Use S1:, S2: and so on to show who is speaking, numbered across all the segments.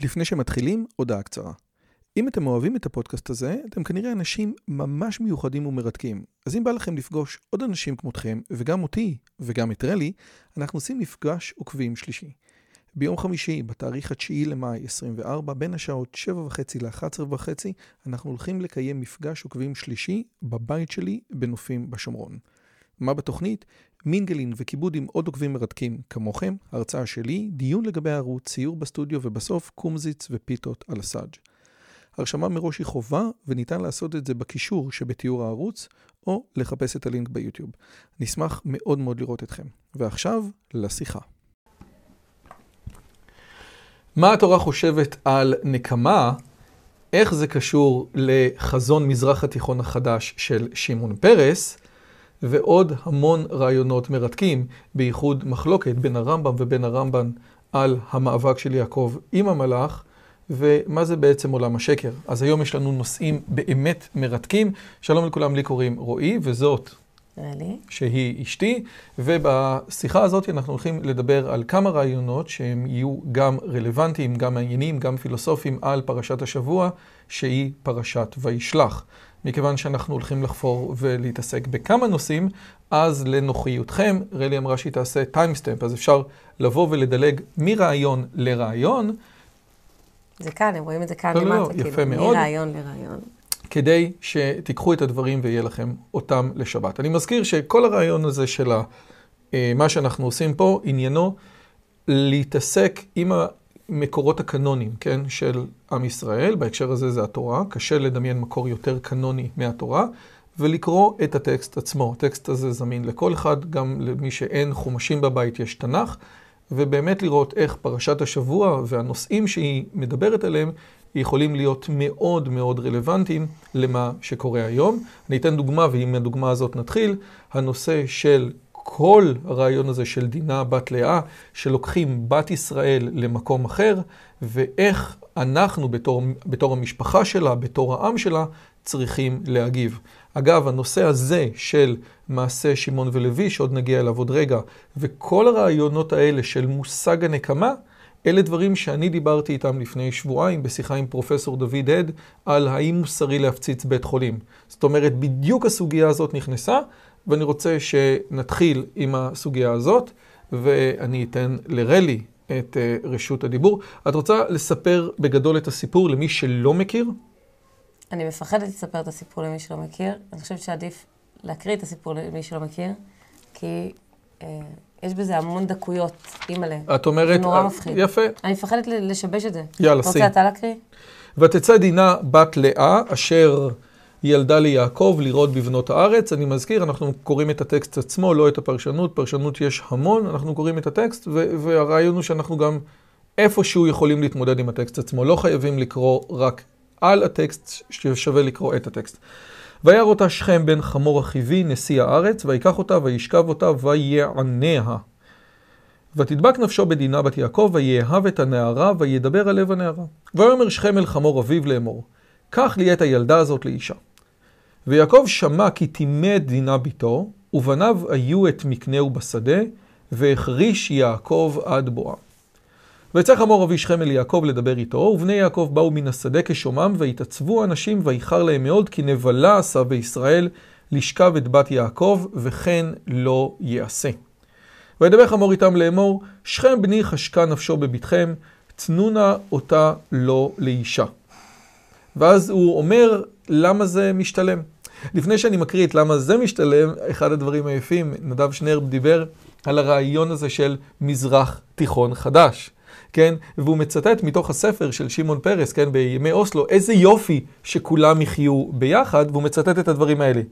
S1: לפני שמתחילים, הודעה קצרה. אם אתם אוהבים את הפודקאסט הזה, אתם כנראה אנשים ממש מיוחדים ומרתקים. אז אם בא לכם לפגוש עוד אנשים כמותכם, וגם אותי, וגם את רלי, אנחנו עושים מפגש עוקבים שלישי. ביום חמישי, בתאריך 9 למאי 24, בין השעות 7:30 ל-11:30, אנחנו הולכים לקיים מפגש עוקבים שלישי בבית שלי בנופים בשומרון. מה בתוכנית? מינגלין וכיבוד עם עוד עוקבים מרתקים כמוכם, הרצאה שלי, דיון לגבי הערוץ, ציור בסטודיו ובסוף קומזיץ ופיתות על הסאג'. הרשמה מראש היא חובה וניתן לעשות את זה בקישור שבתיאור הערוץ או לחפש את הלינק ביוטיוב. נשמח מאוד מאוד לראות אתכם. ועכשיו לשיחה. מה התורה חושבת על נקמה? איך זה קשור לחזון מזרח התיכון החדש של שמעון פרס? ועוד המון רעיונות מרתקים, בייחוד מחלוקת בין הרמב"ם ובין הרמב"ן על המאבק של יעקב עם המלאך, ומה זה בעצם עולם השקר. אז היום יש לנו נושאים באמת מרתקים. שלום לכולם, לי קוראים רועי, וזאת
S2: רלי,
S1: שהיא אשתי, ובשיחה הזאת אנחנו הולכים לדבר על כמה רעיונות שהם יהיו גם רלוונטיים, גם מעניינים, גם פילוסופיים על פרשת השבוע, שהיא פרשת וישלח. מכיוון שאנחנו הולכים לחפור ולהתעסק בכמה נושאים, אז לנוחיותכם, רלי אמרה שהיא תעשה טיימסטמפ, אז אפשר לבוא ולדלג מרעיון לרעיון.
S2: זה כאן, הם רואים את זה כאן
S1: לא,
S2: למטה,
S1: יפה
S2: כאילו,
S1: מאוד.
S2: מרעיון לרעיון.
S1: כדי שתיקחו את הדברים ויהיה לכם אותם לשבת. אני מזכיר שכל הרעיון הזה של מה שאנחנו עושים פה, עניינו להתעסק עם המקורות הקנונים, כן, של עם ישראל. בהקשר הזה זה התורה. קשה לדמיין מקור יותר קנוני מהתורה, ולקרוא את הטקסט עצמו. הטקסט הזה זמין לכל אחד, גם למי שאין חומשים בבית יש תנ"ך, ובאמת לראות איך פרשת השבוע והנושאים שהיא מדברת עליהם יכולים להיות מאוד מאוד רלוונטיים למה שקורה היום. אני אתן דוגמה, ועם הדוגמה הזאת נתחיל. הנושא של כל הרעיון הזה של דינה בת לאה, שלוקחים בת ישראל למקום אחר, ואיך אנחנו בתור המשפחה שלה, בתור העם שלה, צריכים להגיב. אגב, הנושא הזה של מעשה שמעון ולוי, שעוד נגיע אליו עוד רגע, וכל הרעיונות האלה של מושג הנקמה, אלה דברים שאני דיברתי איתם לפני שבועיים בשיחה עם פרופסור דוד הד על האם מוסרי להפציץ בית חולים. זאת אומרת, בדיוק הסוגיה הזאת נכנסה, ואני רוצה שנתחיל עם הסוגיה הזאת, ואני אתן לרלי את רשות הדיבור. את רוצה לספר בגדול את הסיפור למי שלא מכיר?
S2: אני מפחדת לספר את הסיפור למי שלא מכיר. אני חושבת שעדיף להקריא את הסיפור למי שלא מכיר, כי יש בזה המון דקויות, אימא'לה.
S1: את אומרת,
S2: זה נורא מפחיד.
S1: יפה.
S2: אני מפחדת לשבש את זה.
S1: יאללה, סי.
S2: רוצה אתה להקריא?
S1: ותצא דינה בת לאה, אשר ילדה ליעקב לראות בבנות הארץ. אני מזכיר, אנחנו קוראים את הטקסט עצמו, לא את הפרשנות. פרשנות יש המון, אנחנו קוראים את הטקסט, והרעיון הוא שאנחנו גם איפשהו יכולים להתמודד עם הטקסט עצמו. לא חייבים לקרוא רק על הטקסט, ששווה לקרוא את הטקסט. וירא אותה שכם בן חמור החיבי, נשיא הארץ, ויקח אותה, וישכב אותה, ויעניה. ותדבק נפשו בדינה בת יעקב, ויאהב את הנערה, וידבר על לב הנערה. ויאמר שכם אל חמור אביו לאמור, קח לי את הילדה הזאת לאישה. ויעקב שמע כי תימד דינה ביתו, ובניו היו את מקנהו בשדה, והחריש יעקב עד בואה. ויצא חמור אבי שכם אל יעקב לדבר איתו, ובני יעקב באו מן השדה כשומם, והתעצבו אנשים, ויחר להם מאוד, כי נבלה עשה בישראל לשכב את בת יעקב, וכן לא יעשה. וידבר חמור איתם לאמור, שכם בני חשקה נפשו בביתכם, תנונה אותה לא לאישה. ואז הוא אומר, למה זה משתלם? לפני שאני מקריא את למה זה משתלם, אחד הדברים היפים, נדב שנר דיבר על הרעיון הזה של מזרח תיכון חדש. כן? והוא מצטט מתוך הספר של שמעון פרס, כן? בימי אוסלו, איזה יופי שכולם יחיו ביחד, והוא מצטט את הדברים האלה.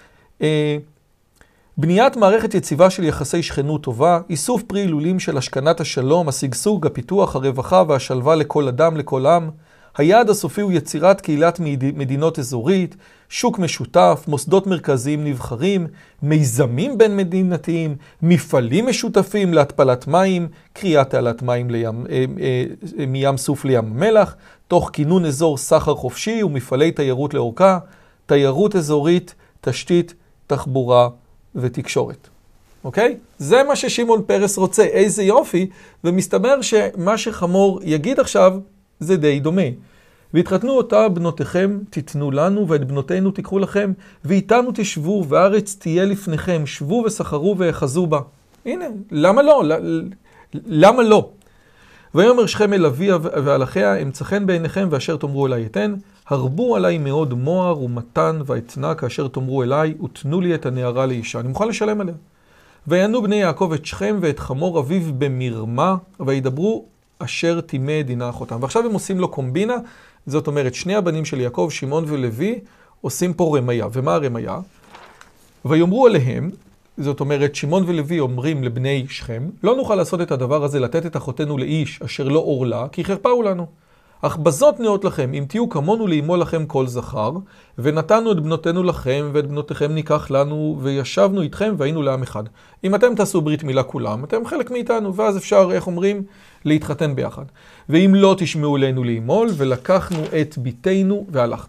S1: בניית מערכת יציבה של יחסי שכנות טובה, איסוף פרי הילולים של השכנת השלום, השגשוג, הפיתוח, הרווחה והשלווה לכל אדם, לכל עם. היעד הסופי הוא יצירת קהילת מדינות אזורית, שוק משותף, מוסדות מרכזיים נבחרים, מיזמים בין מדינתיים, מפעלים משותפים להתפלת מים, קריאת תעלת מים מים סוף לים המלח, תוך כינון אזור סחר חופשי ומפעלי תיירות לאורכה, תיירות אזורית, תשתית, תחבורה ותקשורת. אוקיי? זה מה ששמעון פרס רוצה, איזה יופי, ומסתבר שמה שחמור יגיד עכשיו, זה די דומה. והתחתנו אותה בנותיכם תיתנו לנו, ואת בנותינו תיקחו לכם, ואיתנו תשבו, והארץ תהיה לפניכם, שבו וסחרו ויחזו בה. הנה, למה לא? למה לא? ויאמר שכם אל אביה ועל אחיה, אמצא חן בעיניכם, ואשר תאמרו אליי אתן, הרבו עליי מאוד מוהר ומתן ואתנה, כאשר תאמרו אליי, ותנו לי את הנערה לאישה. אני מוכן לשלם עליה. ויענו בני יעקב את שכם ואת חמור אביו במרמה, וידברו אשר תימא דינה אחותם. ועכשיו הם עושים לו קומבינה, זאת אומרת, שני הבנים של יעקב, שמעון ולוי, עושים פה רמיה. ומה הרמיה? ויאמרו עליהם, זאת אומרת, שמעון ולוי אומרים לבני שכם, לא נוכל לעשות את הדבר הזה, לתת את אחותנו לאיש אשר לא אורלה, כי חרפה הוא לנו. אך בזאת נאות לכם, אם תהיו כמונו לאמו לכם כל זכר, ונתנו את בנותינו לכם, ואת בנותיכם ניקח לנו, וישבנו איתכם והיינו לעם אחד. אם אתם תעשו ברית מילה כולם, אתם חלק מאיתנו, ואז אפשר, איך אומרים, להתחתן ביחד. ואם לא תשמעו לנו לאמול, ולקחנו את ביתנו והלכנו.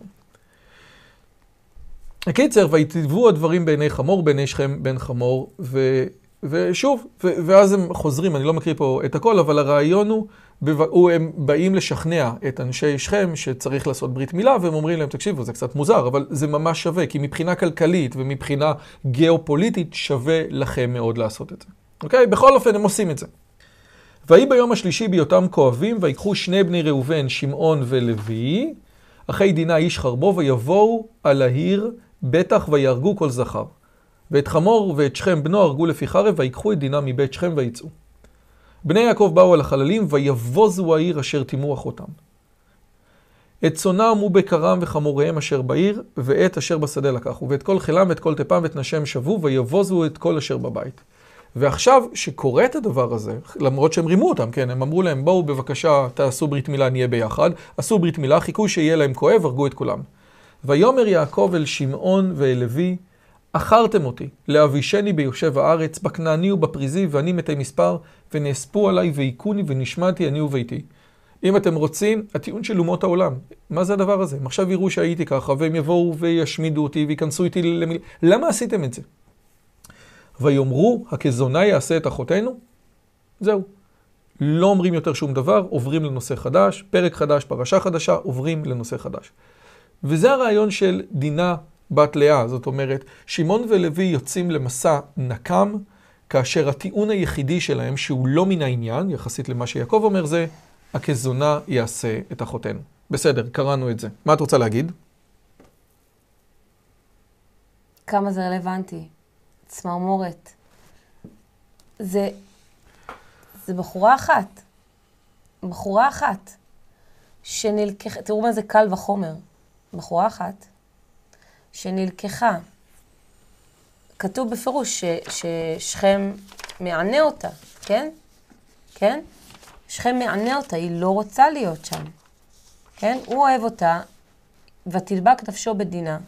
S1: הקיצר, ויטבעו הדברים בעיני חמור, בעיני שכם בן חמור, ושוב, ואז הם חוזרים, אני לא מקריא פה את הכל, אבל הרעיון הוא, הם באים לשכנע את אנשי שכם שצריך לעשות ברית מילה, והם אומרים להם, תקשיבו, זה קצת מוזר, אבל זה ממש שווה, כי מבחינה כלכלית ומבחינה גיאופוליטית שווה לכם מאוד לעשות את זה. אוקיי? בכל אופן, הם עושים את זה. ויהי ביום השלישי בהיותם כואבים, ויקחו שני בני ראובן, שמעון ולוי, אחי דינה איש חרבו, ויבואו על העיר בטח ויהרגו כל זכר. ואת חמור ואת שכם בנו הרגו לפי חרב, ויקחו את דינה מבית שכם ויצאו. בני יעקב באו על החללים, ויבוזו העיר אשר תימו אחותם. את צונם ובקרם וחמוריהם אשר בעיר, ואת אשר בשדה לקחו, ואת כל חילם ואת כל טפם ואת נשיהם שבו, ויבוזו את כל אשר בבית. ועכשיו שקורה את הדבר הזה, למרות שהם רימו אותם, כן, הם אמרו להם, בואו בבקשה תעשו ברית מילה, נהיה ביחד, עשו ברית מילה, חיכו שיהיה להם כואב, הרגו את כולם. ויאמר יעקב אל שמעון ואל לוי, אחרתם אותי, להבישני ביושב הארץ, בכנעני ובפריזי, ואני מתי מספר, ונאספו עליי והיכוני ונשמעתי אני וביתי. אם אתם רוצים, הטיעון של אומות העולם, מה זה הדבר הזה? עכשיו יראו שהייתי ככה, והם יבואו וישמידו אותי, ויכנסו איתי למילה. למה עשיתם את זה? ויאמרו, הכזונה יעשה את אחותינו? זהו. לא אומרים יותר שום דבר, עוברים לנושא חדש, פרק חדש, פרשה חדשה, עוברים לנושא חדש. וזה הרעיון של דינה בת לאה, זאת אומרת, שמעון ולוי יוצאים למסע נקם, כאשר הטיעון היחידי שלהם, שהוא לא מן העניין, יחסית למה שיעקב אומר זה, הכזונה יעשה את אחותינו. בסדר, קראנו את זה. מה את רוצה להגיד?
S2: כמה זה רלוונטי. צמרמורת. זה בחורה אחת. בחורה אחת. שנלקחה, תראו מה זה קל וחומר. בחורה אחת. שנלקחה. כתוב בפירוש ששכם מענה אותה, כן? כן? שכם מענה אותה, היא לא רוצה להיות שם. כן? הוא אוהב אותה, ותדבק נפשו בדינה.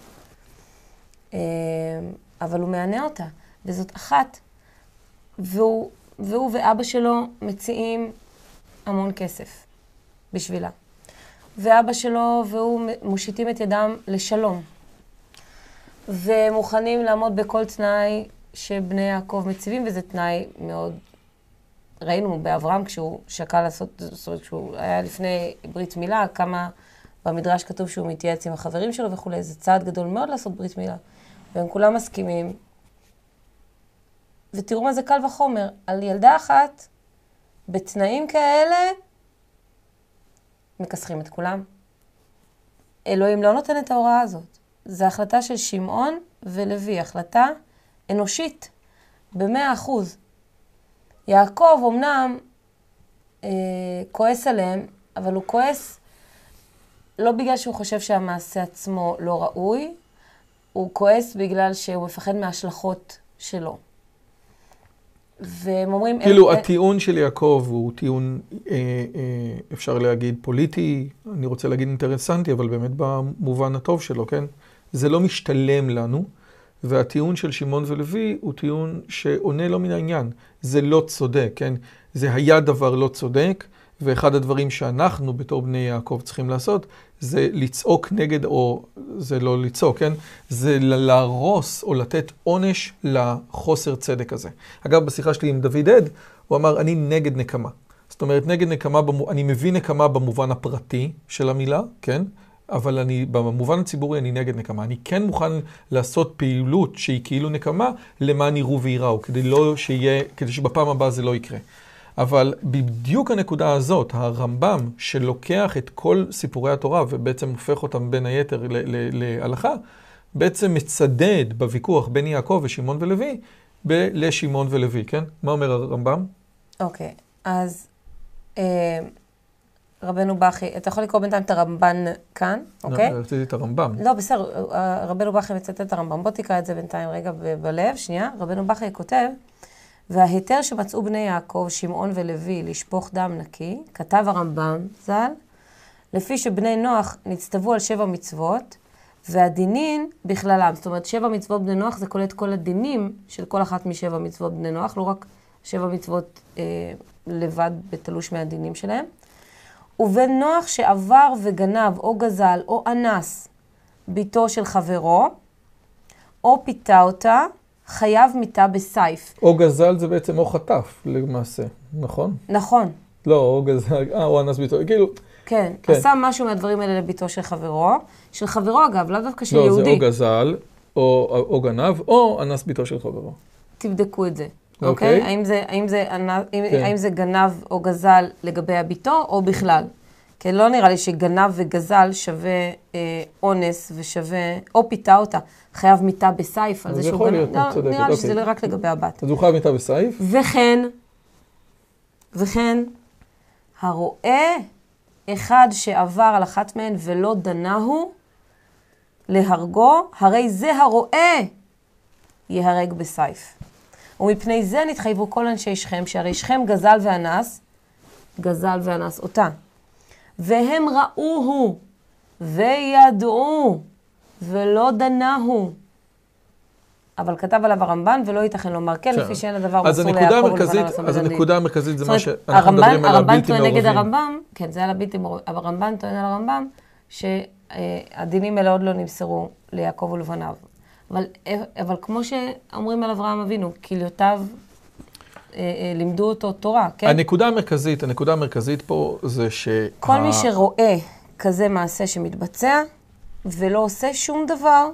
S2: אבל הוא מענה אותה, וזאת אחת. והוא ואבא שלו מציעים המון כסף בשבילה. ואבא שלו והוא מושיטים את ידם לשלום. ומוכנים לעמוד בכל תנאי שבני יעקב מציבים, וזה תנאי מאוד, ראינו באברהם כשהוא שקל לעשות, זאת אומרת, כשהוא היה לפני ברית מילה, כמה במדרש כתוב שהוא מתייעץ עם החברים שלו וכו', זה צעד גדול מאוד לעשות ברית מילה. והם כולם מסכימים. ותראו מה זה קל וחומר, על ילדה אחת, בתנאים כאלה, מכסחים את כולם. אלוהים לא נותן את ההוראה הזאת. זו החלטה של שמעון ולוי, החלטה אנושית, ב100%. יעקב אמנם כועס עליהם, אבל הוא כועס לא בגלל שהוא חושב שהמעשה עצמו לא ראוי, הוא כועס בגלל שהוא מפחד מההשלכות שלו. והם אומרים...
S1: כאילו, הטיעון של יעקב הוא טיעון, אפשר להגיד, פוליטי, אני רוצה להגיד אינטרסנטי, אבל באמת במובן הטוב שלו, כן? זה לא משתלם לנו, והטיעון של שמעון ולוי הוא טיעון שעונה לא מן העניין. זה לא צודק, כן? זה היה דבר לא צודק, ואחד הדברים שאנחנו בתור בני יעקב צריכים לעשות, זה לצעוק נגד, או זה לא לצעוק, כן? זה להרוס או לתת עונש לחוסר צדק הזה. אגב, בשיחה שלי עם דוד עד, הוא אמר, אני נגד נקמה. זאת זאת אומרת, נגד נקמה, אני מבין נקמה במובן הפרטי של המילה, כן? אבל במובן הציבורי אני נגד נקמה. אני כן מוכן לעשות פעילות שהיא כאילו נקמה, למען יראו ויראו, כדי שבפעם הבאה זה לא יקרה. אבל בדיוק הנקודה הזאת, הרמב"ם שלוקח את כל סיפורי התורה ובעצם הופך אותם בין היתר להלכה, בעצם מצדד בוויכוח בין יעקב ושמעון ולוי, לשמעון ולוי, כן? מה אומר הרמב"ם?
S2: אוקיי, אז רבנו בכי, אתה יכול לקרוא בינתיים את הרמב"ן כאן, אוקיי?
S1: רציתי את הרמב"ם.
S2: לא, בסדר, רבנו בכי מצטט את הרמב"ם. בוא תקרא את זה בינתיים רגע בלב, שנייה. רבנו בכי כותב, וההיתר שמצאו בני יעקב, שמעון ולוי, לשפוך דם נקי, כתב הרמב"ם ז"ל, לפי שבני נוח נצטוו על 7 מצוות, והדינין בכללם. זאת אומרת, 7 מצוות בני נוח זה כולל את כל הדינים של כל אחת מ7 מצוות בני נוח, לא רק 7 מצוות לבד בתלוש מהדינים שלהם. ובן נוח שעבר וגנב או גזל או אנס ביתו של חברו, או פיתה אותה, חייב מיתה בסייף.
S1: או גזל זה בעצם או חטף למעשה, נכון?
S2: נכון.
S1: לא, או גזל, או אנס ביתו, כאילו...
S2: כן, עשה משהו מהדברים האלה לביתו של חברו. של חברו אגב, לאו דווקא של יהודי.
S1: לא, זה או גזל, או גנב, או אנס ביתו של חברו.
S2: תבדקו את זה. אוקיי? האם זה גנב או גזל לגבי הביתו, או בכלל? כי לא נראה לי שגנב וגזל שווה אונס ושווה, או פיתה אותה, חייב מיתה בסייף על זה שהוא גנב. לא, נראה לי שזה לא רק לגבי הבת.
S1: אז הוא חייב מיתה בסייף?
S2: וכן, הרואה אחד שעבר על אחת מהן ולא דנהו להרגו, הרי זה הרואה יהרג בסייף. ומפני זה נתחייבו כל אנשי שכם, שהרי שכם גזל ואנס אותה. והם ראוהו וידעו ולא דנהו. אבל כתב עליו הרמב"ן ולא ייתכן לומר כן, לפי שאין הדבר מסור ליעקב ולבנה לעשות בדין.
S1: אז הנקודה המרכזית זה מה שאנחנו מדברים על הבלתי מעורבים.
S2: נגד הרמב"ם, כן, זה על הבלתי מעורבים. הרמב"ן טוען על הרמב"ם שהדינים האלה עוד לא נמסרו ליעקב ולבניו. אבל כמו שאומרים על אברהם אבינו, כליותיו לימדו אותו תורה, כן?
S1: הנקודה המרכזית פה זה
S2: כל מי שרואה כזה מעשה שמתבצע ולא עושה שום דבר,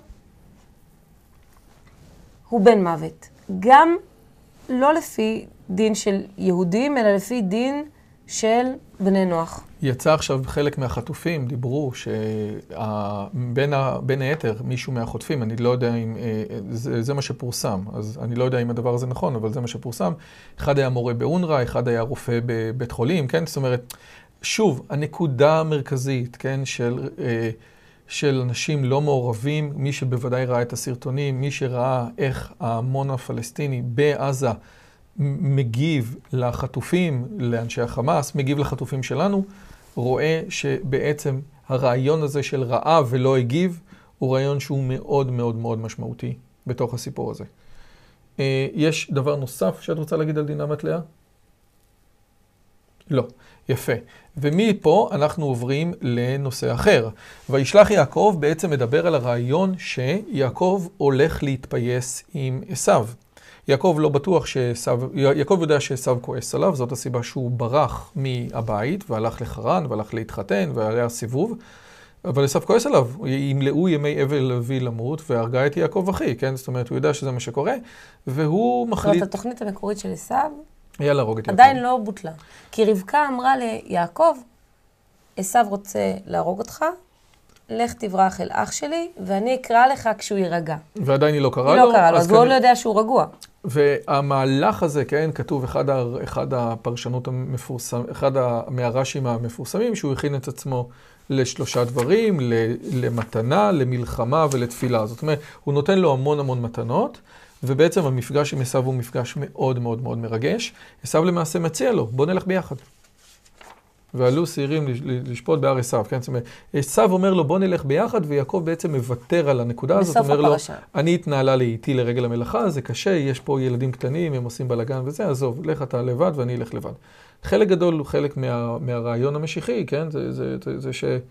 S2: הוא בן מוות. גם לא לפי דין של יהודים, אלא לפי דין של בני נוח.
S1: יצא עכשיו חלק מהחטופים, דיברו שבין היתר מישהו מהחוטפים, אני לא יודע אם, זה מה שפורסם, אז אני לא יודע אם הדבר הזה נכון, אבל זה מה שפורסם. אחד היה מורה באונר"א, אחד היה רופא בבית חולים, כן? זאת אומרת, שוב, הנקודה המרכזית, כן, של אנשים לא מעורבים, מי שבוודאי ראה את הסרטונים, מי שראה איך ההמון הפלסטיני בעזה מגיב לחטופים, לאנשי החמאס, מגיב לחטופים שלנו, רואה שבעצם הרעיון הזה של ראה ולא הגיב, הוא רעיון שהוא מאוד מאוד מאוד משמעותי בתוך הסיפור הזה. יש דבר נוסף שאת רוצה להגיד על דינה בת לאה? לא. יפה. ומפה אנחנו עוברים לנושא אחר. וישלח יעקב בעצם מדבר על הרעיון שיעקב הולך להתפייס עם עשיו. יעקב לא בטוח יעקב יודע שעשיו כועס עליו, זאת הסיבה שהוא ברח מהבית והלך לחרן והלך להתחתן והיה סיבוב. אבל עשיו כועס עליו, ימלאו ימי אבל אבי למות והרגה את יעקב אחי, כן? זאת אומרת, הוא יודע שזה מה שקורה, והוא מחליט...
S2: זאת התוכנית המקורית של עשיו?
S1: היה להרוג את יעקב.
S2: עדיין לא בוטלה. כי רבקה אמרה ליעקב, עשיו רוצה להרוג אותך, לך תברח אל אח שלי, ואני אקרא לך כשהוא יירגע.
S1: ועדיין היא לא קראה לו.
S2: היא לא קראה לו, אז הוא עוד לא יודע שהוא רגוע.
S1: והמהלך הזה, כן, כתוב אחד הפרשנות המפורסם, אחד מהרשים המפורסמים, שהוא הכין את עצמו ל3 דברים, למתנה, למלחמה ולתפילה. זאת אומרת, הוא נותן לו המון המון מתנות, ובעצם המפגש עם עשיו הוא מפגש מאוד מאוד מאוד מרגש. עשיו למעשה מציע לו, בוא נלך ביחד. ועלו שעירים לשפוט בהר עשיו, כן? זאת אומרת, עשיו אומר לו, בוא נלך ביחד, ויעקב בעצם מוותר על הנקודה הזאת, אומר לו, אני התנהלה לאיתי לרגל המלאכה, זה קשה, יש פה ילדים קטנים, הם עושים בלגן וזה, עזוב, לך אתה לבד ואני אלך לבד. חלק גדול הוא חלק מהרעיון המשיחי, כן? זה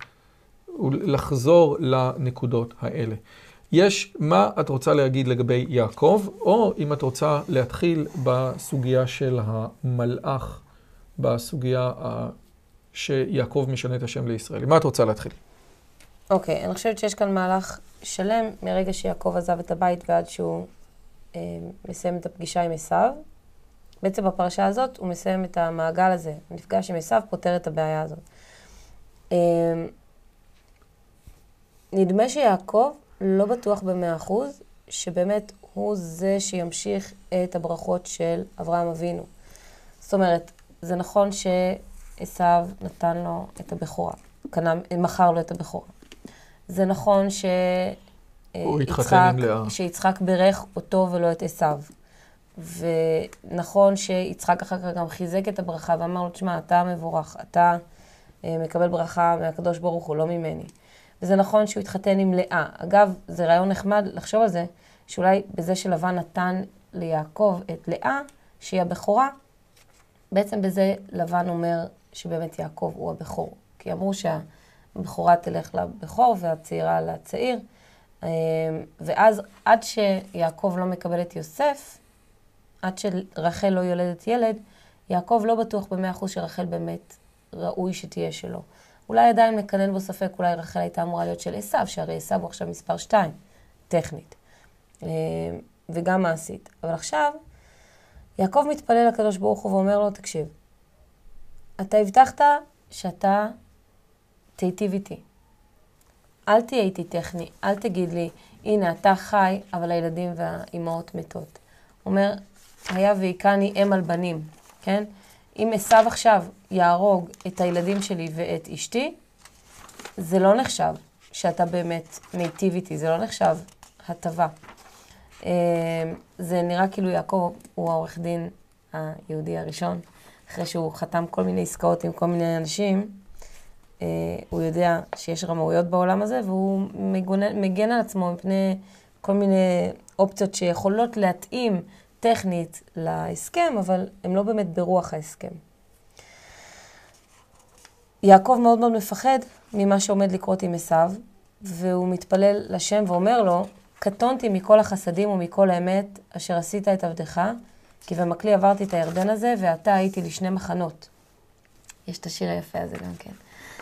S1: לחזור לנקודות האלה. מה את רוצה להגיד לגבי יעקב, או אם את רוצה להתחיל בסוגיה של המלאך בסוגיה שיעקב משנה את השם לישראל. מה את רוצה להתחיל?
S2: אוקיי, אני חושבת שיש כאן מהלך שלם מרגע שיעקב עזב את הבית ועד שהוא מסיים את הפגישה עם עשיו. בעצם בפרשה הזאת הוא מסיים את המעגל הזה. נפגש עם עשיו, פותר את הבעיה הזאת. נדמה שיעקב לא בטוח ב100% שבאמת הוא זה שימשיך את הברכות של אברהם אבינו. זאת אומרת, זה נכון שעשיו נתן לו את הבכורה, מכר לו את הבכורה. זה נכון שיצחק ברך אותו ולא את עשיו. ונכון שיצחק אחר כך גם חיזק את הברכה ואמר לו, תשמע, אתה מבורך, אתה מקבל ברכה מהקדוש ברוך הוא, לא ממני. וזה נכון שהוא התחתן עם לאה. אגב, זה רעיון נחמד לחשוב על זה, שאולי בזה שלבן נתן ליעקב את לאה, שהיא הבכורה, בעצם בזה לבן אומר שבאמת יעקב הוא הבכור. כי אמרו שהבכורה תלך לבכור והצעירה לצעיר, ואז עד שיעקב לא מקבל את יוסף, עד שרחל לא יולדת ילד, יעקב לא בטוח ב100% שרחל באמת ראוי שתהיה שלו. אולי עדיין מקנן בו ספק, אולי רחל הייתה אמורה להיות של עשיו, שהרי עשיו הוא עכשיו מספר 2, טכנית, וגם מעשית. אבל עכשיו, יעקב מתפלל לקדוש ברוך הוא ואומר לו, תקשיב, אתה הבטחת שאתה תיטיב איתי. אל תהיה איתי טכני, אל תגיד לי, הנה, אתה חי, אבל הילדים והאימהות מתות. הוא אומר, היה והיקני אם על בנים, כן? אם עשיו עכשיו יהרוג את הילדים שלי ואת אשתי, זה לא נחשב שאתה באמת מיטיב איתי, זה לא נחשב הטבה. זה נראה כאילו יעקב הוא העורך דין היהודי הראשון, אחרי שהוא חתם כל מיני עסקאות עם כל מיני אנשים, הוא יודע שיש רמאויות בעולם הזה, והוא מגן על עצמו מפני כל מיני אופציות שיכולות להתאים טכנית להסכם, אבל הם לא באמת ברוח ההסכם. יעקב מאוד מאוד מפחד ממה שעומד לקרות עם עשיו, והוא מתפלל לשם ואומר לו, קטונתי מכל החסדים ומכל האמת אשר עשית את עבדך, כי במקלי עברתי את הירדן הזה, ואתה הייתי לשני מחנות. יש את השיר היפה הזה גם כן.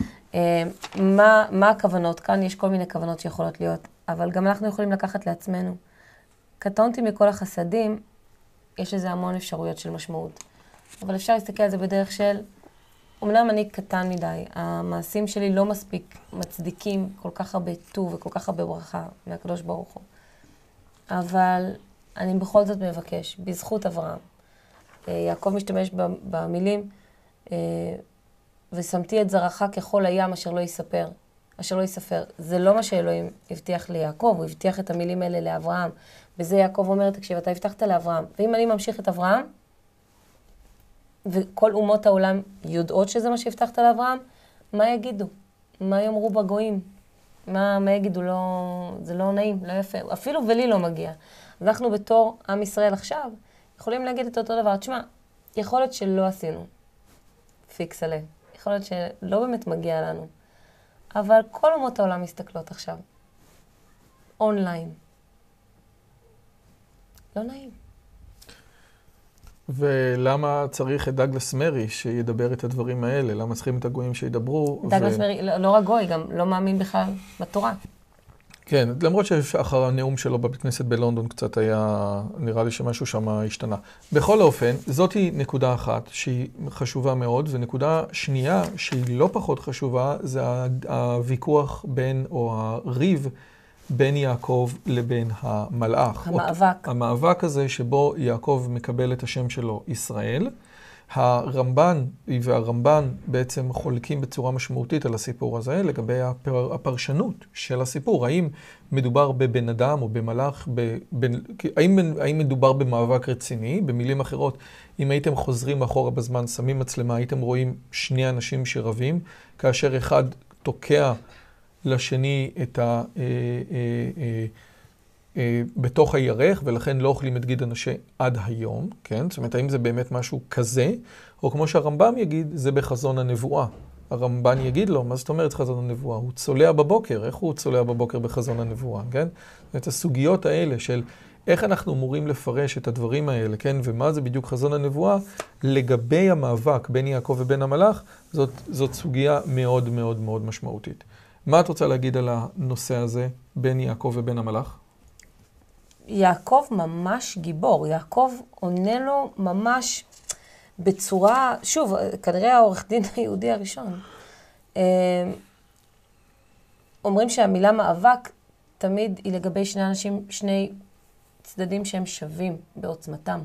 S2: מה הכוונות? כאן יש כל מיני כוונות שיכולות להיות, אבל גם אנחנו יכולים לקחת לעצמנו. קטונתי מכל החסדים, יש לזה המון אפשרויות של משמעות. אבל אפשר להסתכל על זה בדרך של, אמנם אני קטן מדי, המעשים שלי לא מספיק מצדיקים כל כך הרבה טוב וכל כך הרבה ברכה מהקדוש ברוך הוא. אבל אני בכל זאת מבקש, בזכות אברהם, יעקב משתמש במילים, ושמתי את זרעך ככל הים אשר לא יספר. זה לא מה שאלוהים הבטיח ליעקב, הוא הבטיח את המילים האלה לאברהם. וזה יעקב אומר, תקשיב, אתה הבטחת לאברהם, ואם אני ממשיך את אברהם, וכל אומות העולם יודעות שזה מה שהבטחת לאברהם, מה יגידו? מה יאמרו בגויים? מה יגידו? זה לא נעים, לא יפה. אפילו ולי לא מגיע. אנחנו בתור עם ישראל עכשיו, יכולים להגיד את אותו דבר. תשמע, יכול להיות שלא עשינו פיקס עליהם. יכול להיות שלא באמת מגיע לנו. אבל כל אומות העולם מסתכלות עכשיו. אונליין. לא נעים.
S1: ולמה צריך את דגלס מרי שידבר את הדברים האלה? למה צריכים את הגויים שידברו?
S2: דגלס מרי, לא רק גוי, גם לא מאמין בכלל בתורה.
S1: כן, למרות שאחר הנאום שלו בבית כנסת בלונדון קצת היה, נראה לי שמשהו שם השתנה. בכל אופן, זאת היא נקודה אחת שהיא חשובה מאוד, ונקודה שנייה שהיא לא פחות חשובה, זה הוויכוח בין, או הריב בין יעקב לבין המלאך.
S2: המאבק.
S1: המאבק הזה שבו יעקב מקבל את השם שלו ישראל. הרמב"ן והרמב"ן בעצם חולקים בצורה משמעותית על הסיפור הזה, לגבי הפרשנות של הסיפור. האם מדובר בבן אדם או במלאך, האם מדובר במאבק רציני? במילים אחרות, אם הייתם חוזרים אחורה בזמן, שמים מצלמה, הייתם רואים שני אנשים שרבים, כאשר אחד תוקע לשני את בתוך הירך, ולכן לא אוכלים את גיד הנשה עד היום, כן? זאת אומרת, האם זה באמת משהו כזה? או כמו שהרמב"ם יגיד, זה בחזון הנבואה. הרמב"ן יגיד לו, מה זאת אומרת חזון הנבואה? הוא צולע בבוקר, איך הוא צולע בבוקר בחזון הנבואה, כן? זאת אומרת, הסוגיות האלה של איך אנחנו אמורים לפרש את הדברים האלה, כן? ומה זה בדיוק חזון הנבואה לגבי המאבק בין יעקב ובין המלאך, זאת סוגיה מאוד מאוד מאוד משמעותית. מה את רוצה להגיד על הנושא הזה בין יעקב ובין המלאך?
S2: יעקב ממש גיבור. יעקב עונה לו ממש בצורה, שוב, כנראה העורך דין היהודי הראשון. אומרים שהמילה מאבק תמיד היא לגבי שני אנשים, שני צדדים שהם שווים בעוצמתם.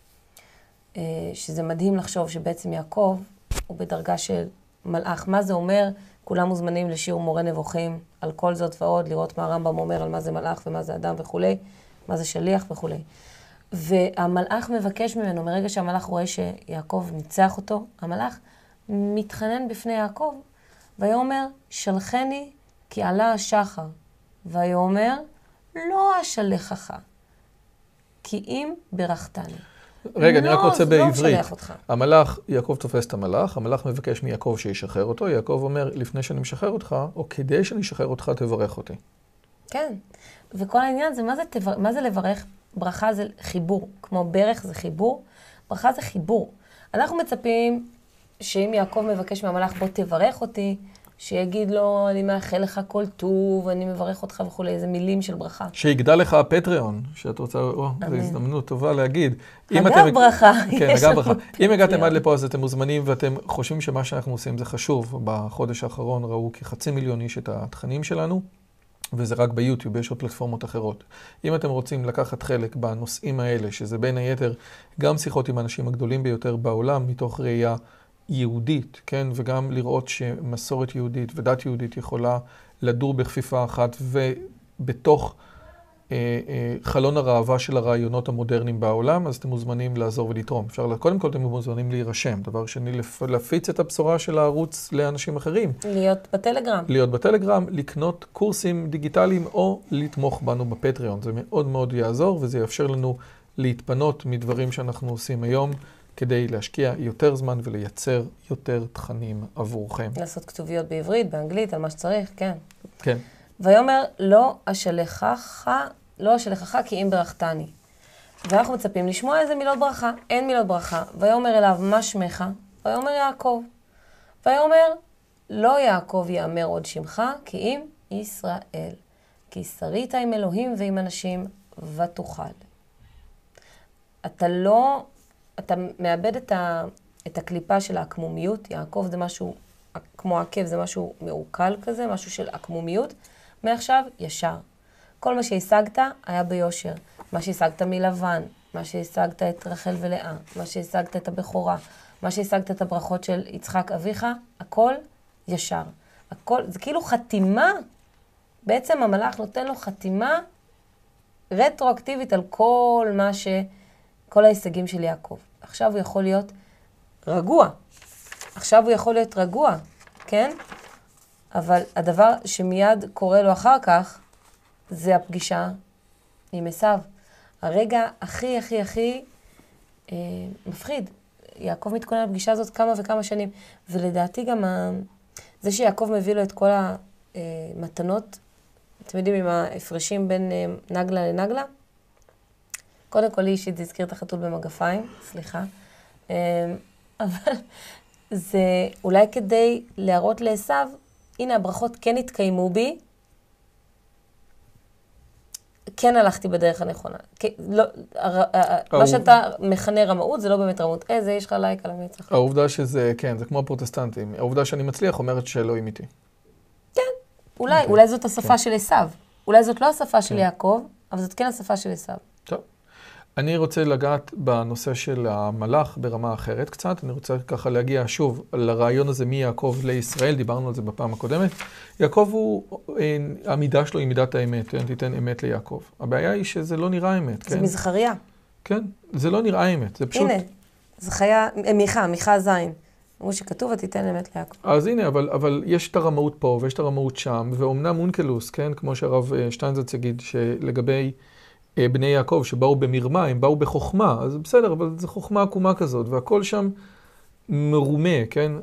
S2: שזה מדהים לחשוב שבעצם יעקב הוא בדרגה של מלאך. מה זה אומר? כולם מוזמנים לשיעור מורה נבוכים על כל זאת ועוד, לראות מה הרמב"ם אומר על מה זה מלאך ומה זה אדם וכו', מה זה שליח וכו'. והמלאך מבקש ממנו, מרגע שהמלאך רואה שיעקב ניצח אותו, המלאך מתחנן בפני יעקב, ויאמר, שלחני כי עלה השחר. ויאמר, לא אשלחך, כי אם ברכתני.
S1: רגע, אני רק רוצה בעברית.
S2: לא משלח אותך.
S1: המלאך, יעקב תופס את המלאך, המלאך מבקש מיעקב שישחרר אותו, יעקב אומר, לפני שאני משחרר אותך, או כדי שאני אשחרר אותך, תברך אותי.
S2: כן, וכל העניין זה, מה זה לברך? ברכה זה חיבור, כמו ברך זה חיבור, ברכה זה חיבור. אנחנו מצפים שאם יעקב מבקש מהמלאך, בוא תברך אותי, שיגיד לו, אני מאחל לך כל טוב, אני מברך אותך וכו', איזה מילים של ברכה.
S1: שיגדל לך הפטריון, שאת רוצה, זו הזדמנות טובה להגיד.
S2: אגב ברכה.
S1: כן, אגב ברכה. אם הגעתם עד לפה, אז אתם מוזמנים, ואתם חושבים שמה שאנחנו עושים זה חשוב. בחודש האחרון ראו כ500,000 איש את התכנים שלנו, וזה רק ביוטיוב, יש עוד פלטפורמות אחרות. אם אתם רוצים לקחת חלק בנושאים האלה, שזה בין היתר גם שיחות עם האנשים הגדולים ביותר בעולם, מתוך ראייה יהודית, כן? וגם לראות שמסורת יהודית ודת יהודית יכולה לדור בכפיפה אחת ובתוך חלון הראווה של הרעיונות המודרניים בעולם, אז אתם מוזמנים לעזור ולתרום. קודם כל אתם מוזמנים להירשם. דבר שני, להפיץ את הבשורה של הערוץ לאנשים אחרים.
S2: להיות בטלגרם.
S1: להיות בטלגרם, לקנות קורסים דיגיטליים או לתמוך בנו בפטריון. זה מאוד מאוד יעזור וזה יאפשר לנו להתפנות מדברים שאנחנו עושים היום. כדי להשקיע יותר זמן ולייצר יותר תכנים עבורכם.
S2: לעשות כתוביות בעברית, באנגלית, על מה שצריך, כן.
S1: כן.
S2: ויאמר, לא אשלחך כי אם ברכתני. ואנחנו מצפים לשמוע איזה מילות ברכה. אין מילות ברכה. ויאמר אליו, מה שמך? ויאמר יעקב. ויאמר, לא יעקב יאמר עוד שמך, כי אם ישראל. כי שרית עם אלוהים ועם אנשים ותוכל. אתה מאבד את הקליפה של העקמומיות. יעקב זה משהו, כמו עקב זה משהו מעוקל כזה, משהו של עקמומיות. מעכשיו ישר. כל מה שהשגת היה ביושר. מה שהשגת מלבן, מה שהשגת את רחל ולאה, מה שהשגת את הבכורה, מה שהשגת את הברכות של יצחק אביך, הכל ישר. הכל, זה כאילו חתימה, בעצם המלאך נותן לו חתימה רטרואקטיבית על כל ההישגים של יעקב. עכשיו הוא יכול להיות רגוע. כן? אבל הדבר שמיד קורה לו אחר כך, זה הפגישה עם עשיו. הרגע הכי מפחיד. יעקב מתכונן לפגישה הזאת כמה וכמה שנים. ולדעתי גם זה שיעקב מביא לו את כל המתנות, אתם יודעים, עם ההפרשים בין נגלה לנגלה, קודם כל אישית זה הזכיר את החתול במגפיים, סליחה. אבל זה אולי כדי להראות לעשיו, הנה הברכות כן התקיימו בי, כן הלכתי בדרך הנכונה. מה שאתה מכנה רמאות זה לא באמת רמאות. זה יש לך לייק על המצח.
S1: העובדה שזה, כן, זה כמו הפרוטסטנטים. העובדה שאני מצליח אומרת שאלוהים איתי.
S2: כן, אולי זאת השפה של עשיו. אולי זאת לא השפה של יעקב, אבל זאת כן השפה של עשיו.
S1: טוב. אני רוצה לגעת בנושא של המלאך ברמה אחרת קצת. אני רוצה ככה להגיע שוב לרעיון הזה מיעקב לישראל. דיברנו על זה בפעם הקודמת. יעקב העמידה שלו היא מידת האמת. תיתן אמת ליעקב. הבעיה היא שזה לא נראה אמת.
S2: זה מזכריה.
S1: כן, זה לא נראה אמת. זה פשוט...
S2: הנה, זכריה, מיכה זין. אמרו שכתוב ותיתן אמת ליעקב.
S1: אז הנה, אבל יש את הרמאות פה ויש את הרמאות שם. ואומנם אונקלוס, כן, כמו שהרב שטיינזלץ יגיד, שלגבי בני יעקב שבאו במרמה, הם באו בחוכמה, אז בסדר, אבל זו חוכמה עקומה כזאת, והכל שם מרומה, כן?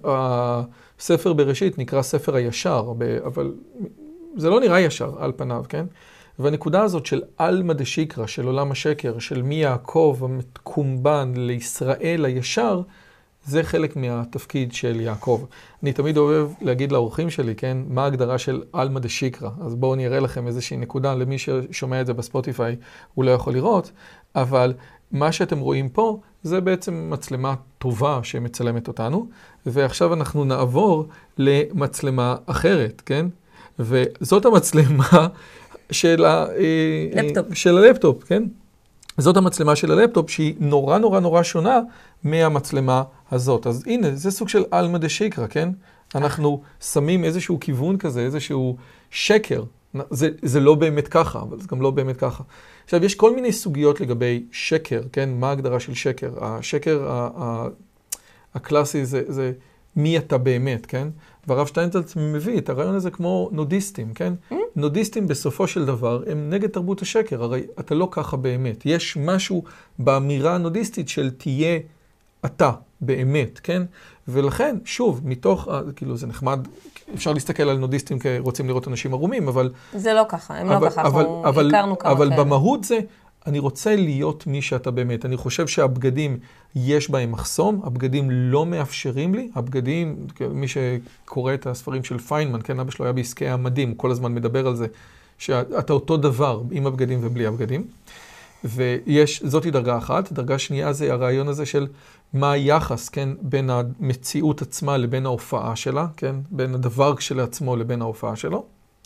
S1: הספר בראשית נקרא ספר הישר, אבל זה לא נראה ישר על פניו, כן? והנקודה הזאת של אלמא דשיקרא, של עולם השקר, של מיעקב המקומבן לישראל הישר, זה חלק מהתפקיד של יעקב. אני תמיד אוהב להגיד לאורחים שלי, כן, מה ההגדרה של אלמא דשיקרא. אז בואו אני אראה לכם איזושהי נקודה, למי ששומע את זה בספוטיפיי, הוא לא יכול לראות, אבל מה שאתם רואים פה, זה בעצם מצלמה טובה שמצלמת אותנו, ועכשיו אנחנו נעבור למצלמה אחרת, כן? וזאת המצלמה של הלפטופ, כן? זאת המצלמה של הלפטופ שהיא נורא נורא נורא שונה מהמצלמה הזאת. אז הנה, זה סוג של אלמא דשיקרא, כן? אנחנו שמים איזשהו כיוון כזה, איזשהו שקר. זה לא באמת ככה, אבל זה גם לא באמת ככה. עכשיו, יש כל מיני סוגיות לגבי שקר, כן? מה ההגדרה של שקר? השקר הקלאסי זה מי אתה באמת, כן? והרב שטיינזלץ מביא את הרעיון הזה כמו נודיסטים, כן? נודיסטים בסופו של דבר הם נגד תרבות השקר, הרי אתה לא ככה באמת. יש משהו באמירה הנודיסטית של תהיה אתה באמת, כן? ולכן, שוב, מתוך, כאילו זה נחמד, אפשר להסתכל על נודיסטים כרוצים לראות אנשים ערומים, אבל...
S2: זה לא ככה, הם לא ככה, אנחנו הכרנו כמה
S1: אבל
S2: כאלה.
S1: במהות זה, אני רוצה להיות מי שאתה באמת. אני חושב שהבגדים, יש בהם מחסום, הבגדים לא מאפשרים לי, הבגדים, מי שקורא את הספרים של פיינמן, כן, אבא שלו היה בעסקי המדים, כל הזמן מדבר על זה, שאתה אותו דבר עם הבגדים ובלי הבגדים. וזאת דרגה אחת. דרגה שנייה זה הרעיון הזה של מה היחס, כן, בין המציאות עצמה לבין ההופעה שלה, כן, בין הדבר כשלעצמו לבין ההופעה שלו.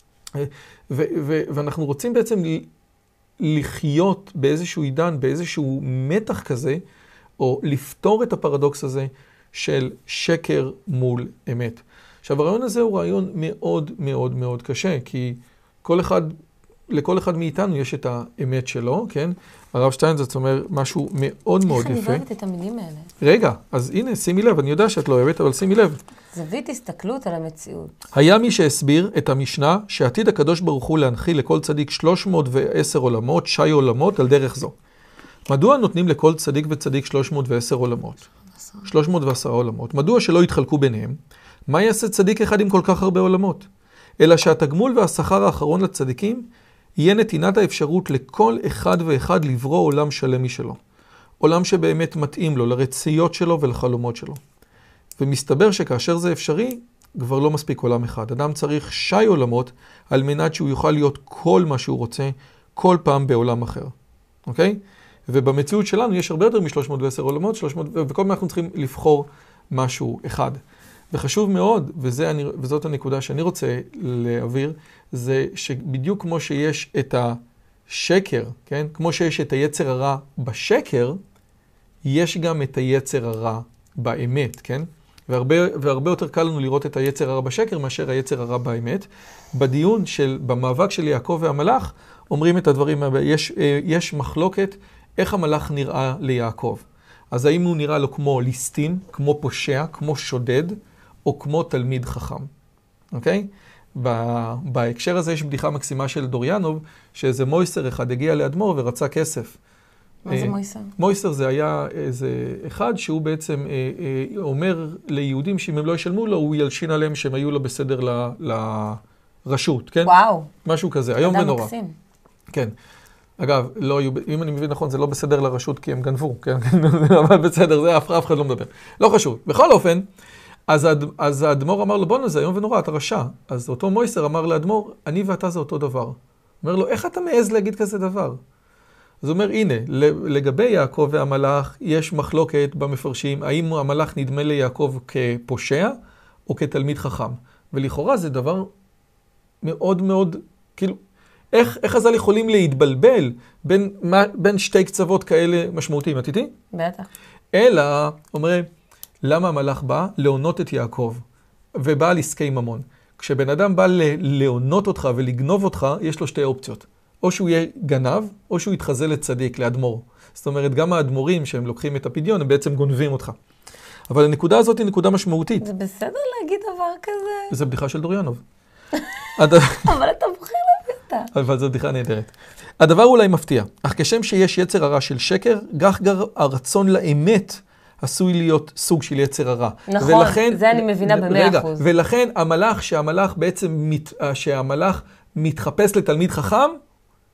S1: ואנחנו רוצים בעצם לחיות באיזשהו עידן, באיזשהו מתח כזה, או לפתור את הפרדוקס הזה של שקר מול אמת. עכשיו, הרעיון הזה הוא רעיון מאוד מאוד מאוד קשה, כי לכל אחד מאיתנו יש את האמת שלו, כן? הרב שטיינזלץ אומר משהו מאוד מאוד יפה.
S2: איך אני אוהבת את המילים האלה?
S1: רגע, אז הנה, שימי לב, אני יודע שאת לא אוהבת, אבל שימי לב.
S2: זווית הסתכלות על המציאות.
S1: היה מי שהסביר את המשנה שעתיד הקדוש ברוך הוא להנחיל לכל צדיק 310 עולמות, שי עולמות, על דרך זו. מדוע נותנים לכל צדיק וצדיק 310 עולמות? 310 עולמות. מדוע שלא יתחלקו ביניהם? מה יעשה צדיק אחד עם כל כך הרבה עולמות? אלא שהתגמול והשכר האחרון לצדיקים יהיה נתינת האפשרות לכל אחד ואחד לברוא עולם שלם משלו. עולם שבאמת מתאים לו, לרציות שלו ולחלומות שלו. ומסתבר שכאשר זה אפשרי, כבר לא מספיק עולם אחד. אדם צריך שי עולמות על מנת שהוא יוכל להיות כל מה שהוא רוצה, כל פעם בעולם אחר. אוקיי? ובמציאות שלנו יש הרבה יותר מ-310 עולמות, וכל פעם אנחנו צריכים לבחור משהו אחד. וחשוב מאוד, וזאת הנקודה שאני רוצה להעביר, זה שבדיוק כמו שיש את השקר, כן? כמו שיש את היצר הרע בשקר, יש גם את היצר הרע באמת, כן? והרבה יותר קל לנו לראות את היצר הרע בשקר מאשר היצר הרע באמת. בדיון במאבק של יעקב והמלאך, אומרים את הדברים הבאים, יש מחלוקת איך המלאך נראה ליעקב. אז האם הוא נראה לו כמו ליסטין, כמו פושע, כמו שודד, או כמו תלמיד חכם. אוקיי? בהקשר הזה יש בדיחה מקסימה של דוריאנוב, שאיזה מויסר אחד הגיע לאדמו"ר ורצה כסף.
S2: מה זה מויסר?
S1: מויסר זה היה איזה אחד שהוא בעצם אומר ליהודים שאם הם לא ישלמו לו, הוא ילשין עליהם שהם היו לו בסדר לרשות, כן?
S2: וואו.
S1: משהו כזה, היום ונורא.
S2: אדם מקסים.
S1: כן. אגב, לא היו, אם אני מבין נכון, זה לא בסדר לרשות כי הם גנבו, כן? אבל בסדר, זה אף אחד לא מדבר. לא חשוב. בכל אופן, אז האדמו"ר אמר לו, בוא נזה, היום ונורא, אתה רשע. אז אותו מויסר אמר לאדמו"ר, אני ואתה זה אותו דבר. אומר לו, איך אתה מעז להגיד כזה דבר? אז הוא אומר, הנה, לגבי יעקב והמלאך, יש מחלוקת במפרשים, האם המלאך נדמה ליעקב כפושע או כתלמיד חכם. ולכאורה זה דבר מאוד מאוד, כאילו, איך חז"ל יכולים להתבלבל בין שתי קצוות כאלה משמעותיים? את איתי?
S2: בטח.
S1: אלא, אומרים, למה המלאך בא? להונות את יעקב, ובא על עסקי ממון. כשבן אדם בא להונות אותך ולגנוב אותך, יש לו שתי אופציות. או שהוא יהיה גנב, או שהוא יתחזה לצדיק, לאדמו"ר. זאת אומרת, גם האדמו"רים שהם לוקחים את הפדיון, הם בעצם גונבים אותך. אבל הנקודה הזאת היא נקודה משמעותית.
S2: זה בסדר להגיד דבר כזה?
S1: זה בדיחה של דוריאנוב.
S2: אבל אתה בוחר להביא אותה.
S1: אבל זו בדיחה נהדרת. הדבר אולי מפתיע, אך כשם שיש יצר הרע של שקר, כך גם הרצון לאמת עשוי להיות סוג של יצר הרע.
S2: נכון, זה אני מבינה ב100%.
S1: ולכן שהמלאך מתחפש לתלמיד חכם,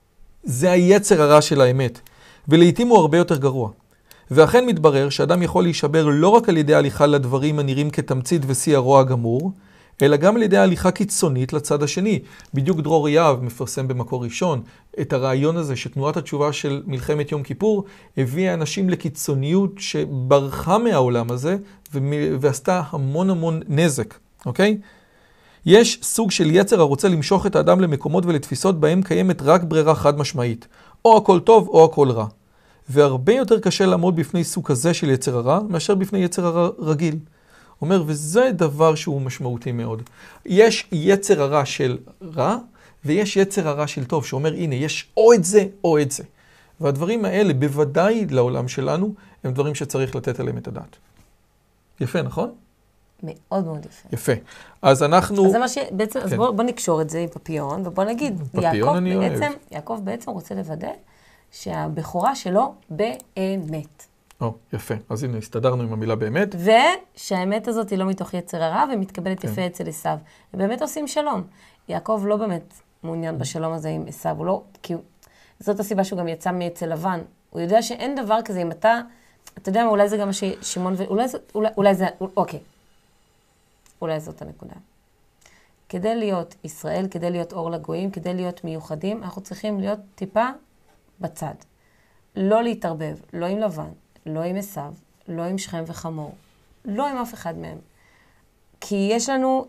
S1: זה היצר הרע של האמת, ולעיתים הוא הרבה יותר גרוע. ואכן מתברר שאדם יכול להישבר לא רק על ידי הליכה לדברים הנראים כתמצית ושיא הרוע הגמור, אלא גם על ידי הליכה קיצונית לצד השני. בדיוק דרור יהב מפרסם במקור ראשון את הרעיון הזה שתנועת התשובה של מלחמת יום כיפור הביאה אנשים לקיצוניות שברחה מהעולם הזה ועשתה המון המון נזק, אוקיי? יש סוג של יצר הרוצה למשוך את האדם למקומות ולתפיסות בהם קיימת רק ברירה חד משמעית. או הכל טוב או הכל רע. והרבה יותר קשה לעמוד בפני סוג כזה של יצר הרע מאשר בפני יצר הרע רגיל. אומר, וזה דבר שהוא משמעותי מאוד. יש יצר הרע של רע, ויש יצר הרע של טוב, שאומר, הנה, יש או את זה או את זה. והדברים האלה, בוודאי לעולם שלנו, הם דברים שצריך לתת עליהם את הדעת. יפה, נכון?
S2: מאוד מאוד יפה.
S1: יפה. אז אנחנו...
S2: אז זה מה שבעצם, אז בוא נקשור את זה עם פפיון, ובוא נגיד, יעקב בעצם רוצה לוודא שהבכורה שלו באמת.
S1: יפה. אז הנה, הסתדרנו עם המילה באמת.
S2: ושהאמת הזאת היא לא מתוך יצר הרע, ומתקבלת יפה אצל עשיו. הם באמת עושים שלום. יעקב לא באמת מעוניין בשלום הזה עם עשיו, הוא לא, כי זאת הסיבה שהוא גם יצא מאצל לבן. הוא יודע שאין דבר כזה, אם אתה יודע מה, אולי זה גם מה ששמעון, אולי זה, אוקיי. אולי זאת הנקודה. כדי להיות ישראל, כדי להיות אור לגויים, כדי להיות מיוחדים, אנחנו צריכים להיות טיפה בצד. לא להתערבב, לא עם לבן, לא עם עשיו, לא עם שכם וחמור, לא עם אף אחד מהם. כי יש לנו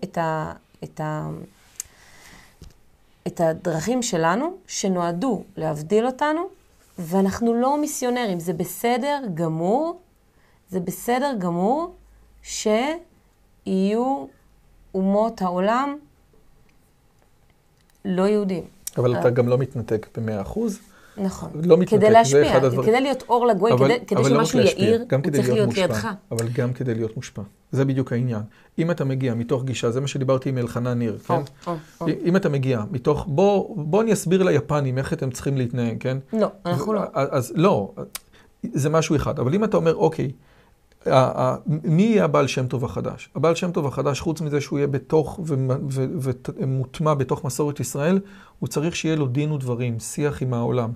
S2: את הדרכים שלנו שנועדו להבדיל אותנו, ואנחנו לא מיסיונרים. זה בסדר גמור, זה בסדר גמור שיהיו אומות העולם לא יהודים.
S1: אבל אתה גם לא מתנתק ב100%.
S2: נכון.
S1: לא מתנתק,
S2: כדי להשפיע, כדי להיות אור לגוי, כדי שמשהו יאיר, הוא צריך להיות לידך.
S1: אבל גם כדי להיות מושפע. זה בדיוק העניין. אם אתה מגיע מתוך גישה, זה מה שדיברתי עם אלחנן ניר, כן? אם אתה מגיע מתוך, בוא אני אסביר ליפנים איך אתם צריכים להתנהג, כן?
S2: לא, אנחנו לא.
S1: אז לא, זה משהו אחד. אבל אם אתה אומר, אוקיי, מי יהיה הבעל שם טוב החדש? הבעל שם טוב החדש, חוץ מזה שהוא יהיה בתוך ומוטמע בתוך מסורת ישראל, הוא צריך שיהיה לו דין ודברים, שיח עם העולם.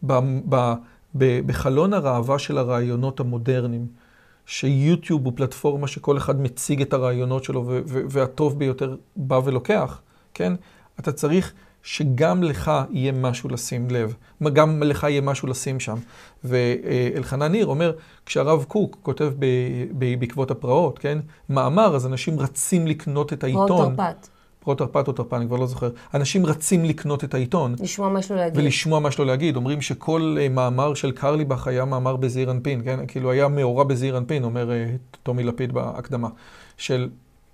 S1: בחלון הראווה של הרעיונות המודרניים, שיוטיוב הוא פלטפורמה שכל אחד מציג את הרעיונות שלו, והטוב ביותר בא ולוקח, כן? אתה צריך שגם לך יהיה משהו לשים לב, גם לך יהיה משהו לשים שם. ואלחנן ניר אומר, כשהרב קוק כותב בעקבות הפרעות, כן? מאמר, אז אנשים רצים לקנות את העיתון. פרעות תרפ"ט או תרפ"ט, אני כבר לא זוכר. אנשים רצים לקנות את העיתון.
S2: לשמוע מה שלו להגיד.
S1: ולשמוע מה שלו להגיד. אומרים שכל מאמר של קרליבך היה מאמר בזעיר אנפין, כן? כאילו היה מאורע בזעיר אנפין, אומר תומי לפיד בהקדמה, של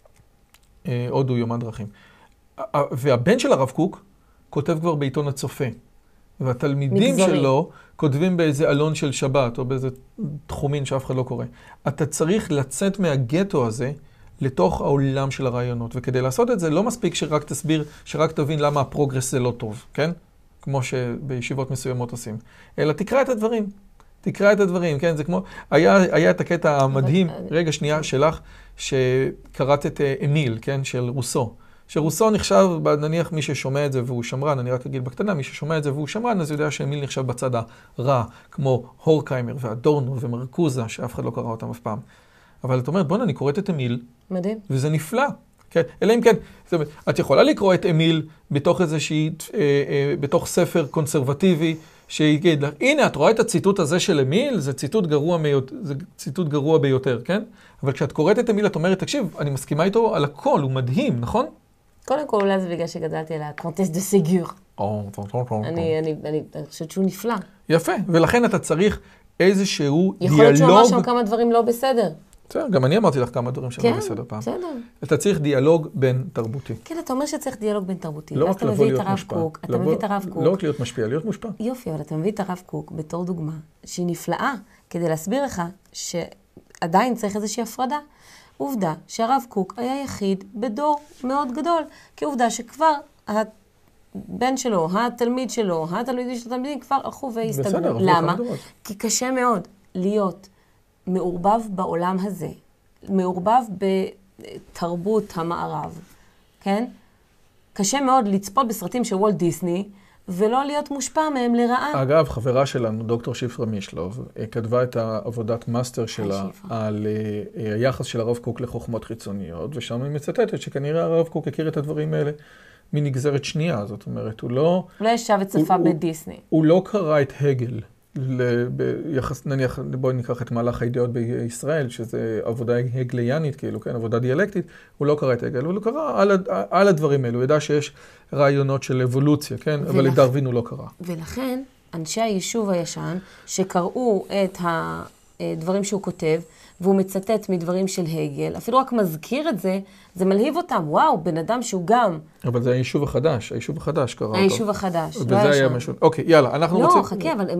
S1: הודו יומן דרכים. והבן של הרב קוק כותב כבר בעיתון הצופה. והתלמידים שלו כותבים באיזה אלון של שבת, או באיזה תחומין שאף אחד לא קורא. אתה צריך לצאת מהגטו הזה, לתוך העולם של הרעיונות. וכדי לעשות את זה, לא מספיק שרק תסביר, שרק תבין למה הפרוגרס זה לא טוב, כן? כמו שבישיבות מסוימות עושים. אלא תקרא את הדברים. תקרא את הדברים, כן? זה כמו, היה את הקטע המדהים, רגע שנייה שלך, שקראת את אמיל, כן? של רוסו. שרוסו נחשב, נניח מי ששומע את זה והוא שמרן, אני רק אגיד בקטנה, מי ששומע את זה והוא שמרן, אז יודע שאמיל נחשב בצד הרע, כמו הורקהיימר ואדורנו ומרקוזה, שאף אחד לא קרא אותם אף פעם. אבל את אומרת, בוא'נה, אני קוראת את אמיל.
S2: מדהים.
S1: וזה נפלא. כן? אלא אם כן, זאת אומרת, את יכולה לקרוא את אמיל בתוך איזושהי, בתוך ספר קונסרבטיבי, שיגיד לך, הנה, את רואה את הציטוט הזה של אמיל, זה ציטוט גרוע ביותר, כן? אבל כשאת קוראת את אמיל, את אומרת, תקשיב, אני מסכימה איתו על הכל, הוא מדהים, נכון?
S2: קודם כל, אולי זה בגלל שגדלתי על הקונטס דה סגור. אני חושבת שהוא נפלא.
S1: יפה, ולכן אתה צריך איזשהו דיאלוג.
S2: יכול להיות שהוא אמר שם כמה דברים לא בסדר.
S1: בסדר, גם אני אמרתי לך כמה דברים שלא בסדר פעם.
S2: בסדר.
S1: אתה צריך דיאלוג בין תרבותי.
S2: כן, אתה אומר שצריך דיאלוג בין תרבותי.
S1: לא רק לבוא להיות מושפע.
S2: אתה מביא את הרב קוק.
S1: לא רק להיות משפיע, להיות מושפע.
S2: יופי, אבל אתה מביא את הרב קוק בתור דוגמה, שהיא נפלאה, כדי להסביר לך שעדיין צריך איזושהי הפרדה. עובדה שהרב קוק היה יחיד בדור מאוד גדול, כי עובדה שכבר הבן שלו, התלמיד שלו, התלמידים של התלמידים כבר הלכו והסתגרו. למה? כי קשה מאוד להיות מעורבב בעולם הזה, מעורבב בתרבות המערב, כן? קשה מאוד לצפות בסרטים של וולט דיסני ולא להיות מושפע מהם לרעה.
S1: אגב, חברה שלנו, דוקטור שפרה מישלוב, כתבה את העבודת מאסטר שלה על היחס של הרב קוק לחוכמות חיצוניות, ושם היא מצטטת שכנראה הרב קוק הכיר את הדברים האלה מנגזרת שנייה. זאת אומרת, הוא לא...
S2: אולי ישב וצפה בדיסני.
S1: הוא לא קרא את הגל. ביחס, נניח, בואי ניקח את מהלך האידאות בישראל, שזה עבודה הגליאנית, כאילו, כן, עבודה דיאלקטית, הוא לא קרא את הגל, אבל הוא קרא על הדברים האלו, הוא ידע שיש רעיונות של אבולוציה, כן, אבל את דרווין הוא לא קרא.
S2: ולכן, אנשי היישוב הישן, שקראו את הדברים שהוא כותב, והוא מצטט מדברים של הגל, אפילו רק מזכיר את זה, זה מלהיב אותם, וואו, בן אדם שהוא גם...
S1: אבל זה היישוב החדש קרא אותו.
S2: היישוב החדש, לא
S1: וזה היה משהו... אוקיי, יאללה, אנחנו רוצים...
S2: לא, חכה, אבל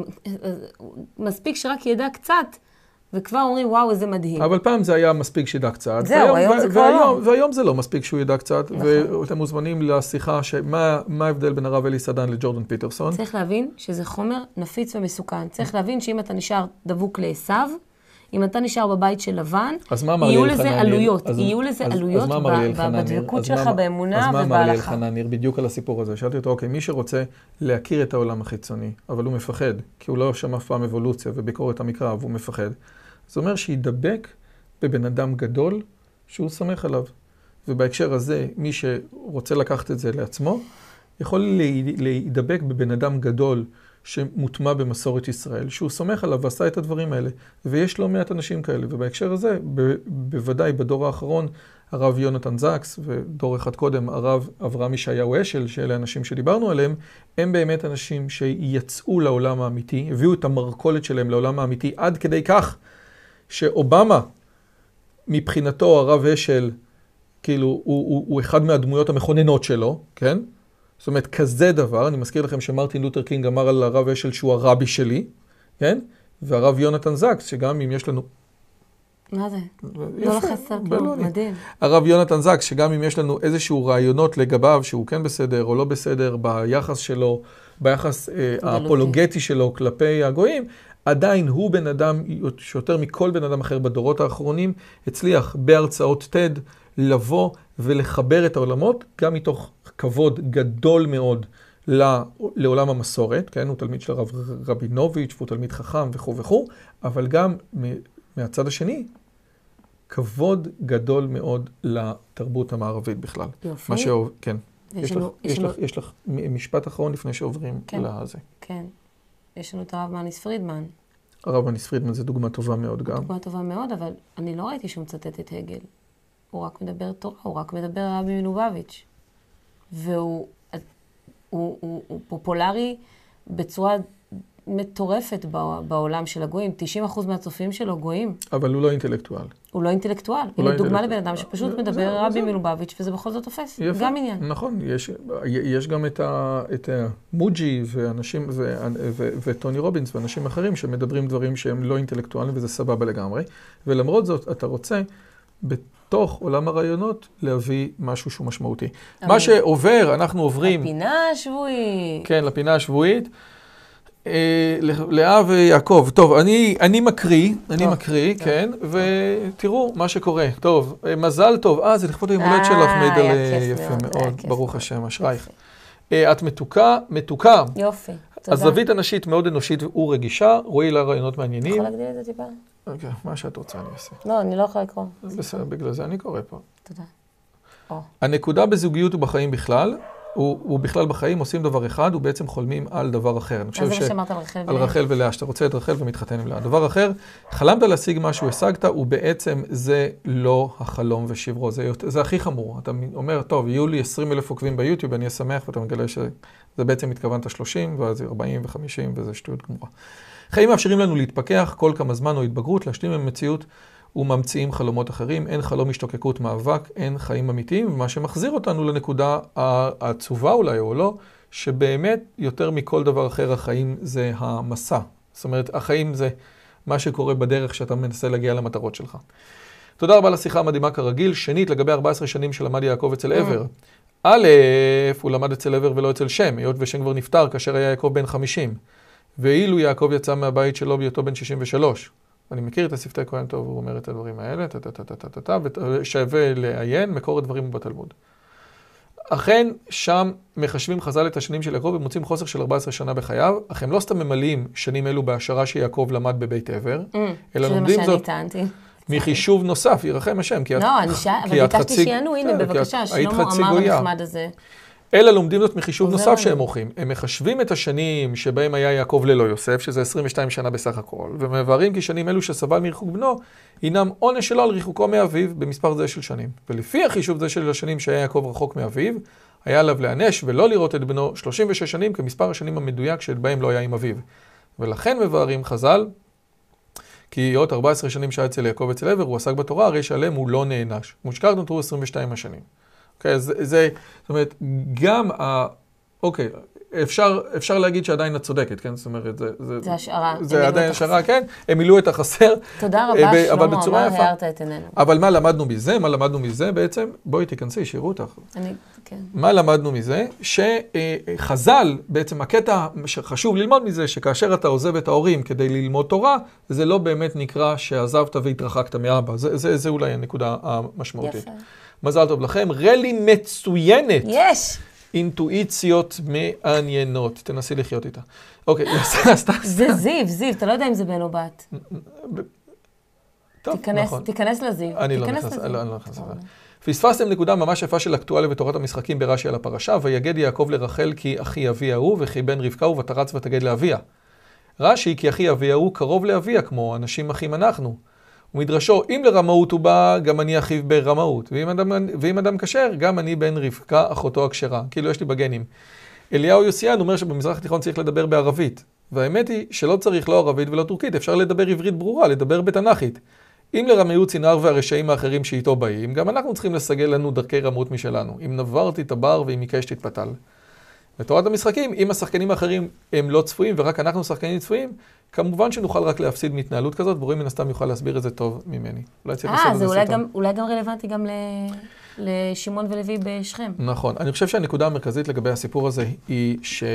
S2: מספיק שרק ידע קצת, וכבר אומרים, וואו, איזה מדהים.
S1: אבל פעם זה היה מספיק שידע קצת.
S2: זהו, היום זה כבר לא.
S1: והיום זה לא מספיק שהוא ידע קצת, ואתם מוזמנים לשיחה, מה ההבדל בין הרב אלי סדן לג'ורדן פיטרסון?
S2: צריך להבין שזה חומר נפיץ ומסוכן. צריך להבין שאם אתה נשאר דבוק לעשיו, אם אתה נשאר בבית של לבן, יהיו לזה עלויות. יהיו לזה עלויות בדבקות שלך, באמונה ובהלכה.
S1: אז מה אמר לי אלחנן ניר בדיוק על הסיפור הזה? שאלתי אותו, אוקיי, מי שרוצה להכיר את העולם החיצוני, אבל הוא מפחד, כי הוא לא שמע אף פעם אבולוציה וביקורת המקרא, והוא מפחד. זה אומר שידבק בבן אדם גדול שהוא סומך עליו. ובהקשר הזה, מי שרוצה לקחת את זה לעצמו, יכול להידבק בבן אדם גדול שמוטמע במסורת ישראל, שהוא סומך עליו ועשה את הדברים האלה. ויש לא מעט אנשים כאלה. ובהקשר הזה, בוודאי בדור האחרון, הרב יונתן זקס, ודור אחד קודם, הרב אברהם ישעיהו אשל, שאלה אנשים שדיברנו עליהם, הם באמת אנשים שיצאו לעולם האמיתי, הביאו את המרכולת שלהם לעולם האמיתי, עד כדי כך שאובמה, מבחינתו הרב אשל, כאילו, הוא אחד מהדמויות המכוננות שלו, כן? זאת אומרת, כזה דבר, אני מזכיר לכם שמרטין לותר קינג אמר על הרב אשל שהוא הרבי שלי, כן? והרב יונתן זקס, שגם אם יש לנו...
S2: מה זה? לא לחסר כלום, מדהים.
S1: הרב יונתן זקס, שגם אם יש לנו איזשהו רעיונות לגביו, שהוא כן בסדר או לא בסדר, ביחס שלו, ביחס האפולוגטי שלו כלפי הגויים, עדיין הוא בן אדם, שיותר מכל בן אדם אחר בדורות האחרונים, הצליח בהרצאות TED לבוא ולחבר את העולמות, גם מתוך כבוד גדול מאוד לעולם המסורת, כן? הוא תלמיד של הרב רבינוביץ', והוא תלמיד חכם וכו' וכו', אבל גם מהצד השני, כבוד גדול מאוד לתרבות המערבית בכלל.
S2: יופי.
S1: כן. יש לך משפט אחרון לפני שעוברים לזה.
S2: כן. יש לנו את הרב מניס פרידמן.
S1: הרב מניס פרידמן זה דוגמה טובה מאוד גם.
S2: דוגמה טובה מאוד, אבל אני לא ראיתי שהוא מצטט את הגל. הוא רק מדבר תורה, הוא רק מדבר רבי מלובביץ'. והוא פופולרי בצורה מטורפת בעולם של הגויים. 90% מהצופים שלו גויים.
S1: אבל הוא לא אינטלקטואל.
S2: הוא לא אינטלקטואל. הנה דוגמה לבן אדם שפשוט מדבר רבי מלובביץ' וזה בכל זאת תופס. גם עניין.
S1: נכון, יש גם את מוג'י ואנשים וטוני רובינס ואנשים אחרים שמדברים דברים שהם לא אינטלקטואליים וזה סבבה לגמרי. ולמרות זאת אתה רוצה בתוך עולם הרעיונות להביא משהו שהוא משמעותי. מה שעובר, אנחנו עוברים...
S2: לפינה השבועית.
S1: כן, לפינה השבועית. לאה ויעקב. טוב, אני מקריא, כן, ותראו מה שקורה. טוב, מזל טוב. זה לכבוד היום הולדת שלך, מידל יפה מאוד, ברוך השם, אשרייך. את מתוקה.
S2: יופי, תודה.
S1: הזווית הנשית מאוד אנושית ורגישה, רואי לה רעיונות מעניינים.
S2: יכול להגדיל את זה טיפה?
S1: אוקיי, מה שאת רוצה אני אעשה.
S2: לא, אני לא יכולה לקרוא.
S1: בסדר, בגלל זה אני קורא פה.
S2: תודה.
S1: הנקודה בזוגיות ובחיים בכלל, ובכלל בחיים עושים דבר אחד, ובעצם חולמים על דבר אחר.
S2: אז זה מה שאמרת על רחל ולאה.
S1: על רחל ולאה, שאתה רוצה את רחל ומתחתן עם לאה. דבר אחר, חלמת להשיג משהו, השגת, ובעצם זה לא החלום ושברו. זה הכי חמור. אתה אומר, טוב, יהיו לי 20,000 עוקבים ביוטיוב, אני אשמח, ואתה מגלה שזה בעצם מתכוונת 30, ואז 40 ו-50, וזה שטויות גמורה. חיים מאפשרים לנו להתפכח כל כמה זמן או התבגרות, להשלים עם מציאות וממציאים חלומות אחרים. אין חלום השתוקקות מאבק, אין חיים אמיתיים, ומה שמחזיר אותנו לנקודה העצובה אולי או לא, שבאמת יותר מכל דבר אחר החיים זה המסע. זאת אומרת, החיים זה מה שקורה בדרך שאתה מנסה להגיע למטרות שלך. תודה רבה לשיחה המדהימה כרגיל. שנית, לגבי 14 שנים שלמד יעקב אצל עבר. א', הוא למד אצל עבר ולא אצל שם, היות ושם כבר נפטר כאשר היה יעקב בן 50. ואילו יעקב יצא מהבית שלו בהיותו בן 63. אני מכיר את השפתי כהן טוב, הוא אומר את הדברים האלה, ושווה לעיין, מקור הדברים בתלמוד. אכן שם מחשבים חז"ל את השנים של יעקב ומוצאים חוסר של 14 שנה בחייו, אך הם לא סתם ממלאים שנים אלו בהשערה שיעקב למד בבית עבר, אלא לומדים זאת מחישוב נוסף, ירחם השם, כי את
S2: אבל ביקשתי שיענו, הנה בבקשה, שלמה אמר הנחמד הזה.
S1: אלא לומדים זאת מחישוב נוסף שהם עורכים. הם מחשבים את השנים שבהם היה יעקב ללא יוסף, שזה 22 שנה בסך הכל, ומבארים כי שנים אלו שסבל מריחוק בנו, הינם עונש שלו על ריחוקו מאביו במספר זה של שנים. ולפי החישוב זה של השנים שהיה יעקב רחוק מאביו, היה עליו להענש ולא לראות את בנו 36 שנים כמספר השנים המדויק שבהם לא היה עם אביו. ולכן מבארים חז"ל, כי היות 14 שנים שהיה אצל יעקב אצל עבר, הוא עסק בתורה, הרי שעליהם הוא לא נענש. מושכר נותרו 22 השנים. אוקיי, זאת אומרת, גם אוקיי, אפשר להגיד שעדיין את צודקת, כן? זאת אומרת,
S2: זה השערה.
S1: זה עדיין השערה, כן? הם מילאו את החסר.
S2: תודה רבה, שלמה, אמר, הערת את עינינו.
S1: אבל מה למדנו מזה? מה למדנו מזה בעצם? בואי תיכנסי, שיראו אותך.
S2: כן.
S1: מה למדנו מזה? שחז"ל, בעצם הקטע שחשוב ללמוד מזה, שכאשר אתה עוזב את ההורים כדי ללמוד תורה, זה לא באמת נקרא שעזבת והתרחקת מאבא. זה אולי הנקודה המשמעותית.
S2: יפה.
S1: מזל טוב לכם, רלי מצוינת.
S2: יש!
S1: אינטואיציות מעניינות. תנסי לחיות איתה. אוקיי,
S2: זה זיו, אתה לא יודע אם זה בן או בת.
S1: טוב, נכון.
S2: תיכנס לזיו.
S1: אני לא נכנס לזה. פספסתם נקודה ממש יפה של אקטואליה בתורת המשחקים ברש"י על הפרשה, ויגד יעקב לרחל כי אחי אביה הוא, וכי בן רבקה הוא, ותרץ ותגד לאביה. רש"י כי אחי אביה הוא קרוב לאביה, כמו אנשים אחים אנחנו. ומדרשו, אם לרמאות הוא בא, גם אני אחיו ברמאות. ואם אדם כשר, גם אני בן רבקה, אחותו הכשרה. כאילו יש לי בגנים. אליהו יוסיאן אומר שבמזרח התיכון צריך לדבר בערבית. והאמת היא שלא צריך לא ערבית ולא טורקית, אפשר לדבר עברית ברורה, לדבר בתנ"כית. אם לרמאות צנער והרשעים האחרים שאיתו באים, גם אנחנו צריכים לסגל לנו דרכי רמאות משלנו. אם נבר תתבר ואם יקש תתפתל. בתורת המשחקים, אם השחקנים האחרים הם לא צפויים ורק אנחנו שחקנים צפויים, כמובן שנוכל רק להפסיד מהתנהלות כזאת, ברואים מן הסתם יוכל להסביר את זה טוב ממני.
S2: זה אולי גם רלוונטי גם לשמעון ולוי בשכם.
S1: נכון. אני חושב שהנקודה המרכזית לגבי הסיפור הזה היא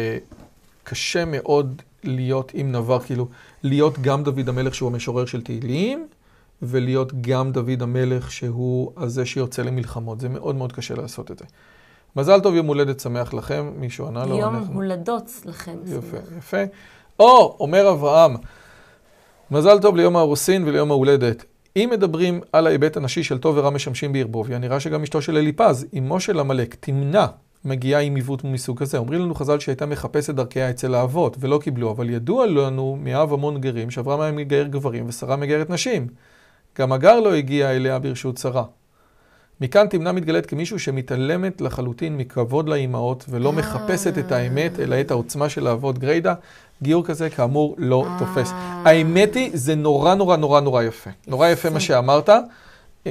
S1: שקשה מאוד להיות עם נבר, כאילו להיות גם דוד המלך שהוא המשורר של תהילים, ולהיות גם דוד המלך שהוא הזה שיוצא למלחמות. זה מאוד מאוד קשה לעשות את זה. מזל טוב, יום הולדת שמח לכם, מישהו ענה לו.
S2: יום הולדות לכם.
S1: יפה, יפה. אומר אברהם, מזל טוב ליום הארוסין וליום ההולדת. אם מדברים על ההיבט הנשי של טוב ורע משמשים בערבוביה, נראה שגם אשתו של אליפז, אמו של עמלק, תמנע, מגיעה עם עיוות מסוג כזה. אומרים לנו חז"ל שהייתה מחפשת דרכיה אצל האבות, ולא קיבלו, אבל ידוע לנו מאב המון גרים, שאברהם היה מגייר גברים ושרה מגיירת נשים. גם הגר לא הגיע אליה ברשות שרה. מכאן תמנע מתגלית כמישהו שמתעלמת לחלוטין מכבוד לאימהות, ולא מחפשת את האמת, אלא את העוצמה של האבות גריידה. גיור כזה, כאמור, לא תופס. האמת היא, זה נורא נורא נורא נורא יפה. נורא יפה מה שאמרת.
S2: אז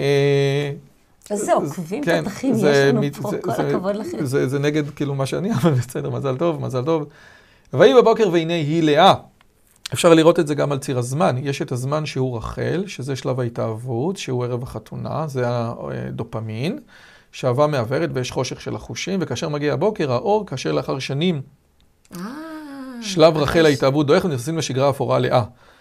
S2: זה עוקבים תותחים, יש לנו פה, כל הכבוד לכם.
S1: זה נגד כאילו מה שאני, אבל בסדר, מזל טוב, מזל טוב. ויהי בבוקר והנה היא לאה. אפשר לראות את זה גם על ציר הזמן. יש את הזמן שהוא רחל, שזה שלב ההתאהבות, שהוא ערב החתונה, זה הדופמין, שאהבה מעברת ויש חושך של החושים, וכאשר מגיע הבוקר, האור, כאשר לאחר שנים, שלב רחל ההתאהבות דועך ונכנסים לשגרה אפורה לאה.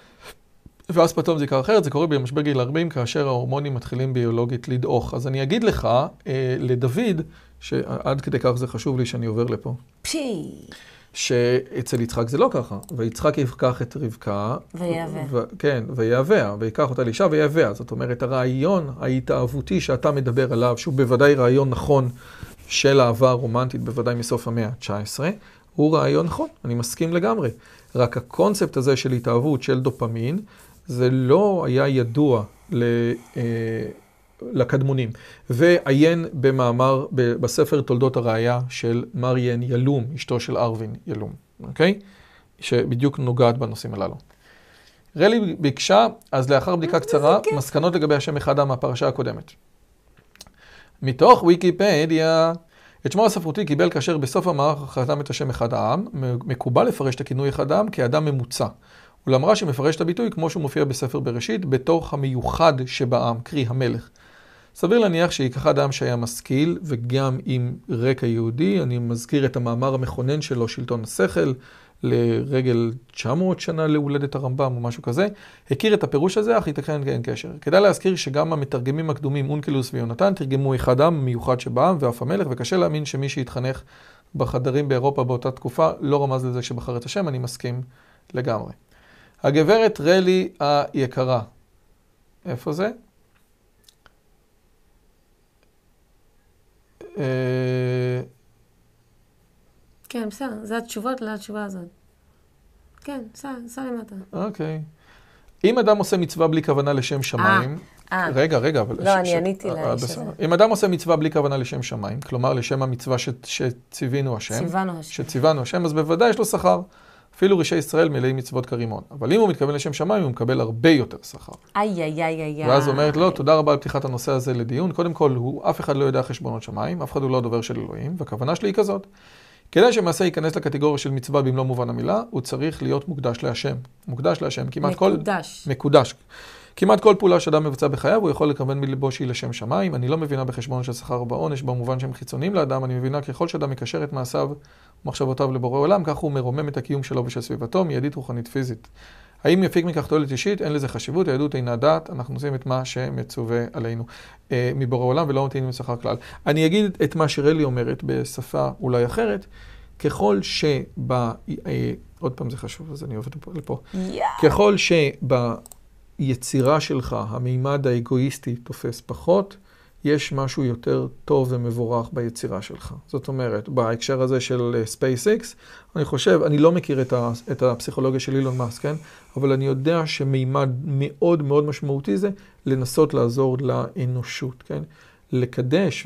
S1: ואז פתאום זיקה אחרת, זה קורה במשבר גיל 40, כאשר ההורמונים מתחילים ביולוגית לדעוך. אז אני אגיד לך, לדוד, שעד כדי כך זה חשוב לי שאני עובר לפה. שאצל יצחק זה לא ככה, ויצחק ייקח את רבקה, כן, ויהווה, ויקח אותה לאישה ויהווה. זאת אומרת, הרעיון ההתאהבותי שאתה מדבר עליו, שהוא בוודאי רעיון נכון של אהבה רומנטית, בוודאי מסוף המאה ה-19, הוא רעיון נכון, אני מסכים לגמרי. רק הקונספט הזה של התאהבות, של דופמין, זה לא היה ידוע לקדמונים. ועיין במאמר, בספר תולדות הראייה של מריאן ילום, אשתו של ארווין ילום, אוקיי? שבדיוק נוגעת בנושאים הללו. רלי ביקשה, אז לאחר בדיקה קצרה, מסקנות לגבי השם אחד מהפרשה הקודמת. מתוך ויקיפדיה, את שמו הספרותי קיבל כאשר בסוף המערך חתם את השם אחד העם, מקובל לפרש את הכינוי אחד העם כאדם ממוצע. אולם רש"י מפרש את הביטוי כמו שהוא מופיע בספר בראשית, בתוך המיוחד שבעם, קרי המלך. סביר להניח שאחד העם שהיה משכיל וגם עם רקע יהודי, אני מזכיר את המאמר המכונן שלו, שלטון השכל, לרגל 900 שנה להולדת הרמב"ם או משהו כזה, הכיר את הפירוש הזה, אך ייתכן כי אין קשר. כדאי להזכיר שגם המתרגמים הקדומים, אונקלוס ויונתן, תרגמו אחד עם מיוחד שבעם ואף המלך, וקשה להאמין שמי שהתחנך בחדרים באירופה באותה תקופה לא רמז לזה שבחר את השם, אני מסכים לגמרי. הגברת רלי היקרה, איפה זה?
S2: כן, בסדר, זה התשובות לתשובה הזאת. כן, סע למטה.
S1: אוקיי. אם אדם עושה מצווה בלי כוונה לשם שמיים, רגע, אבל...
S2: לא, אני עניתי לאיש הזה.
S1: אם אדם עושה מצווה בלי כוונה לשם שמיים, כלומר לשם המצווה שציווינו השם, אז בוודאי יש לו שכר. אפילו ראשי ישראל מלאים מצוות כרימון. אבל אם הוא מתכוון לשם שמיים, הוא מקבל הרבה יותר שכר. ואז אומרת לו, תודה רבה על פתיחת הנושא הזה לדיון. קודם כל, אף אחד לא יודע חשבונות שמיים, אף אחד הוא לא דובר של אלוהים, והכוונה שלי היא כזאת. כדי שמעשה ייכנס לקטגוריה של מצווה במלוא מובן המילה, הוא צריך להיות מוקדש להשם. מוקדש להשם, מקודש. כמעט כל פעולה שאדם מבצע בחייו, הוא יכול לכוון מלבו שהיא לשם שמיים. אני לא מבינה בחשבון של שכר ובעונש, במובן שהם חיצוניים לאדם. אני מבינה ככל שאדם מקשר את מעשיו ומחשבותיו לבורא עולם, כך הוא מרומם את הקיום שלו ושל סביבתו, מיידית רוחנית פיזית. האם יפיק מכך תועלת אישית? אין לזה חשיבות, היהדות אינה דת, אנחנו עושים את מה שמצווה עלינו מבורא עולם ולא מתאים לשכר כלל. אני אגיד את מה שרלי אומרת בשפה אולי אחרת, ככל עוד פעם זה חשוב, אז אני עובד לפה. ככל יצירה שלך, המימד האגואיסטי תופס פחות, יש משהו יותר טוב ומבורך ביצירה שלך. זאת אומרת, בהקשר הזה של SpaceX, אני חושב, אני לא מכיר את הפסיכולוגיה של אילון מאסק, כן? אבל אני יודע שמימד מאוד מאוד משמעותי זה לנסות לעזור לאנושות, כן? לקדש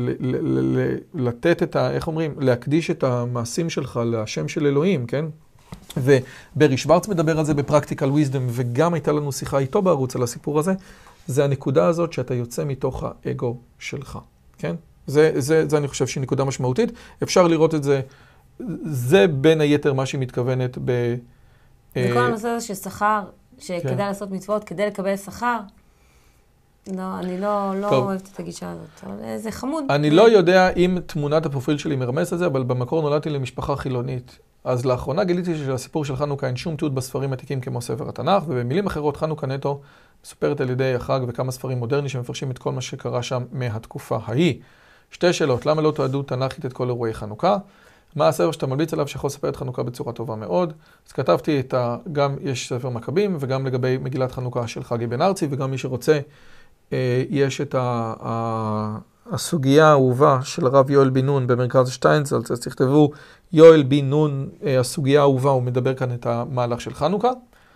S1: ולתת איך אומרים? להקדיש את המעשים שלך לשם של אלוהים, כן? וברי שוורץ מדבר על זה בפרקטיקל וויזדום, וגם הייתה לנו שיחה איתו בערוץ על הסיפור הזה, זה הנקודה הזאת שאתה יוצא מתוך האגו שלך, כן? זה אני חושב שהיא נקודה משמעותית. אפשר לראות את זה, זה בין היתר מה שהיא מתכוונת
S2: וכל הנושא הזה ששכר, שכדאי לעשות מצוות כדי לקבל שכר, לא, אני לא אוהבת את הגישה הזאת, אבל זה חמוד.
S1: אני לא יודע אם תמונת הפרופיל שלי מרמז את זה, אבל במקור נולדתי למשפחה חילונית. אז לאחרונה גיליתי שלסיפור של חנוכה אין שום תיעוד בספרים עתיקים כמו ספר התנ"ך, ובמילים אחרות חנוכה נטו מסופרת על ידי החג וכמה ספרים מודרניים שמפרשים את כל מה שקרה שם מהתקופה ההיא. שתי שאלות, למה לא תועדו תנ"כית את כל אירועי חנוכה? מה הספר שאתה ממליץ עליו שיכול לספר את חנוכה בצורה טובה מאוד? אז כתבתי גם יש ספר מכבים, וגם לגבי מגילת חנוכה של חגי בן ארצי, וגם מי שרוצה, יש את הסוגיה האהובה של הרב יואל בן נון במרכז שטיינזלץ, אז תכתבו יואל בן נון, הסוגיה האהובה, הוא מדבר כאן את המהלך של חנוכה,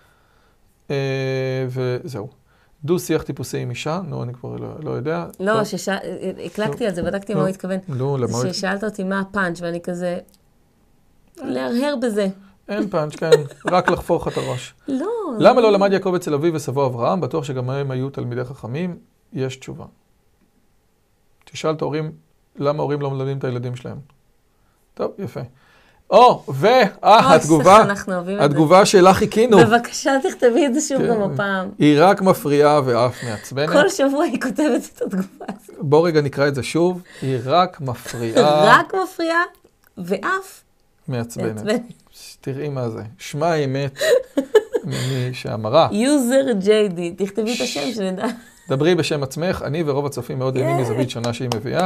S1: וזהו. דו שיח טיפוסי עם אישה, נו, אני כבר לא יודע.
S2: לא, הקלקתי על זה, בדקתי מה הוא התכוון. ששאלת אותי מה הפאנץ' ואני כזה, להרהר בזה.
S1: אין פאנץ', כן, רק לחפוך את הראש.
S2: לא.
S1: למה לא למד יעקב אצל אביו וסבו אברהם? בטוח שגם הם היו תלמידי חכמים, יש תשובה. תשאל את ההורים, למה ההורים לא מלמדים את הילדים שלהם? טוב, יפה. התגובה שאלה חיכינו.
S2: בבקשה, תכתבי את זה שוב גם הפעם.
S1: היא רק מפריעה ואף מעצבנת.
S2: כל שבוע היא כותבת את התגובה הזאת.
S1: בוא רגע נקרא את זה שוב. היא רק מפריעה.
S2: רק מפריעה ואף
S1: מעצבנת. תראי מה זה. שמע אמת ממי שאמרה.
S2: יוזר ג'יידי. תכתבי את השם שנדע.
S1: דברי בשם עצמך. אני ורוב הצופים מאוד נהנים מזווית שונה שהיא מביאה.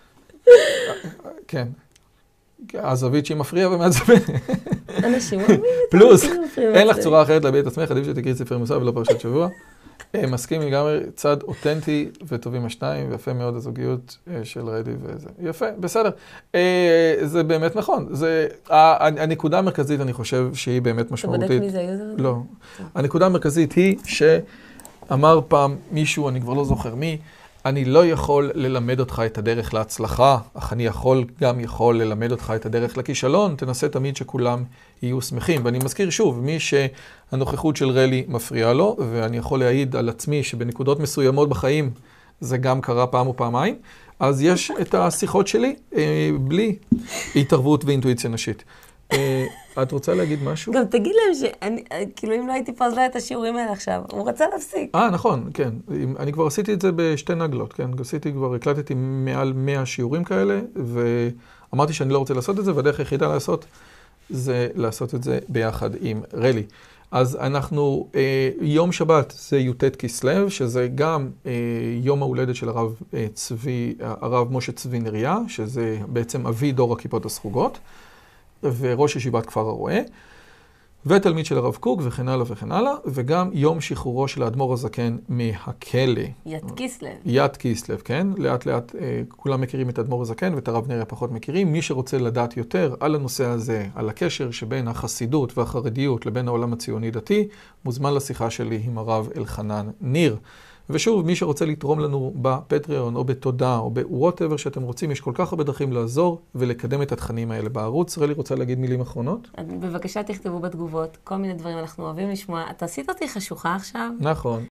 S1: כן. הזווית שהיא מפריעה ומעצבנת.
S2: אנשים אוהבים את
S1: פלוס, אין לך צורה אחרת להביע את עצמך, עדיף שתקראי ספר מוסף ולא פרשת שבוע. מסכים לגמרי, צד אותנטי וטובים השניים, ויפה מאוד הזוגיות של רדי וזה. יפה, בסדר. זה באמת נכון. הנקודה המרכזית, אני חושב שהיא באמת משמעותית.
S2: אתה בודק מי זה היוזר?
S1: לא. הנקודה המרכזית היא שאמר פעם מישהו, אני כבר לא זוכר מי, אני לא יכול ללמד אותך את הדרך להצלחה, אך אני יכול ללמד אותך את הדרך לכישלון, תנסה תמיד שכולם יהיו שמחים. ואני מזכיר שוב, מי שהנוכחות של רלי מפריעה לו, ואני יכול להעיד על עצמי שבנקודות מסוימות בחיים זה גם קרה פעם או פעמיים, אז יש את השיחות שלי בלי התערבות ואינטואיציה נשית. את רוצה להגיד משהו?
S2: גם תגיד להם כאילו אם לא הייתי פה אז לא היה את השיעורים האלה עכשיו. הוא רצה להפסיק.
S1: נכון, כן. אני כבר עשיתי את זה בשתי נגלות, כן. הקלטתי מעל 100 שיעורים כאלה, ואמרתי שאני לא רוצה לעשות את זה, והדרך היחידה לעשות זה לעשות את זה ביחד עם רלי. אז אנחנו, יום שבת זה י"ט כסלו, שזה גם יום ההולדת של הרב משה צבי נריה, שזה בעצם אבי דור הכיפות הסרוגות, וראש ישיבת כפר הרועה, ותלמיד של הרב קוק וכן הלאה וכן הלאה, וגם יום שחרורו של האדמו"ר הזקן מהכלא.
S2: י"ט כסלו.
S1: י"ט כסלו, כן? לאט לאט כולם מכירים את האדמו"ר הזקן ואת הרב נריה פחות מכירים. מי שרוצה לדעת יותר על הנושא הזה, על הקשר שבין החסידות והחרדיות לבין העולם הציוני דתי, מוזמן לשיחה שלי עם הרב אלחנן ניר. ושוב, מי שרוצה לתרום לנו בפטריון או בתודה או ב-whatever שאתם רוצים, יש כל כך הרבה דרכים לעזור ולקדם את התכנים האלה בערוץ. רלי רוצה להגיד מילים אחרונות?
S2: בבקשה תכתבו בתגובות, כל מיני דברים אנחנו אוהבים לשמוע. אתה עשית אותי חשוכה עכשיו?
S1: נכון.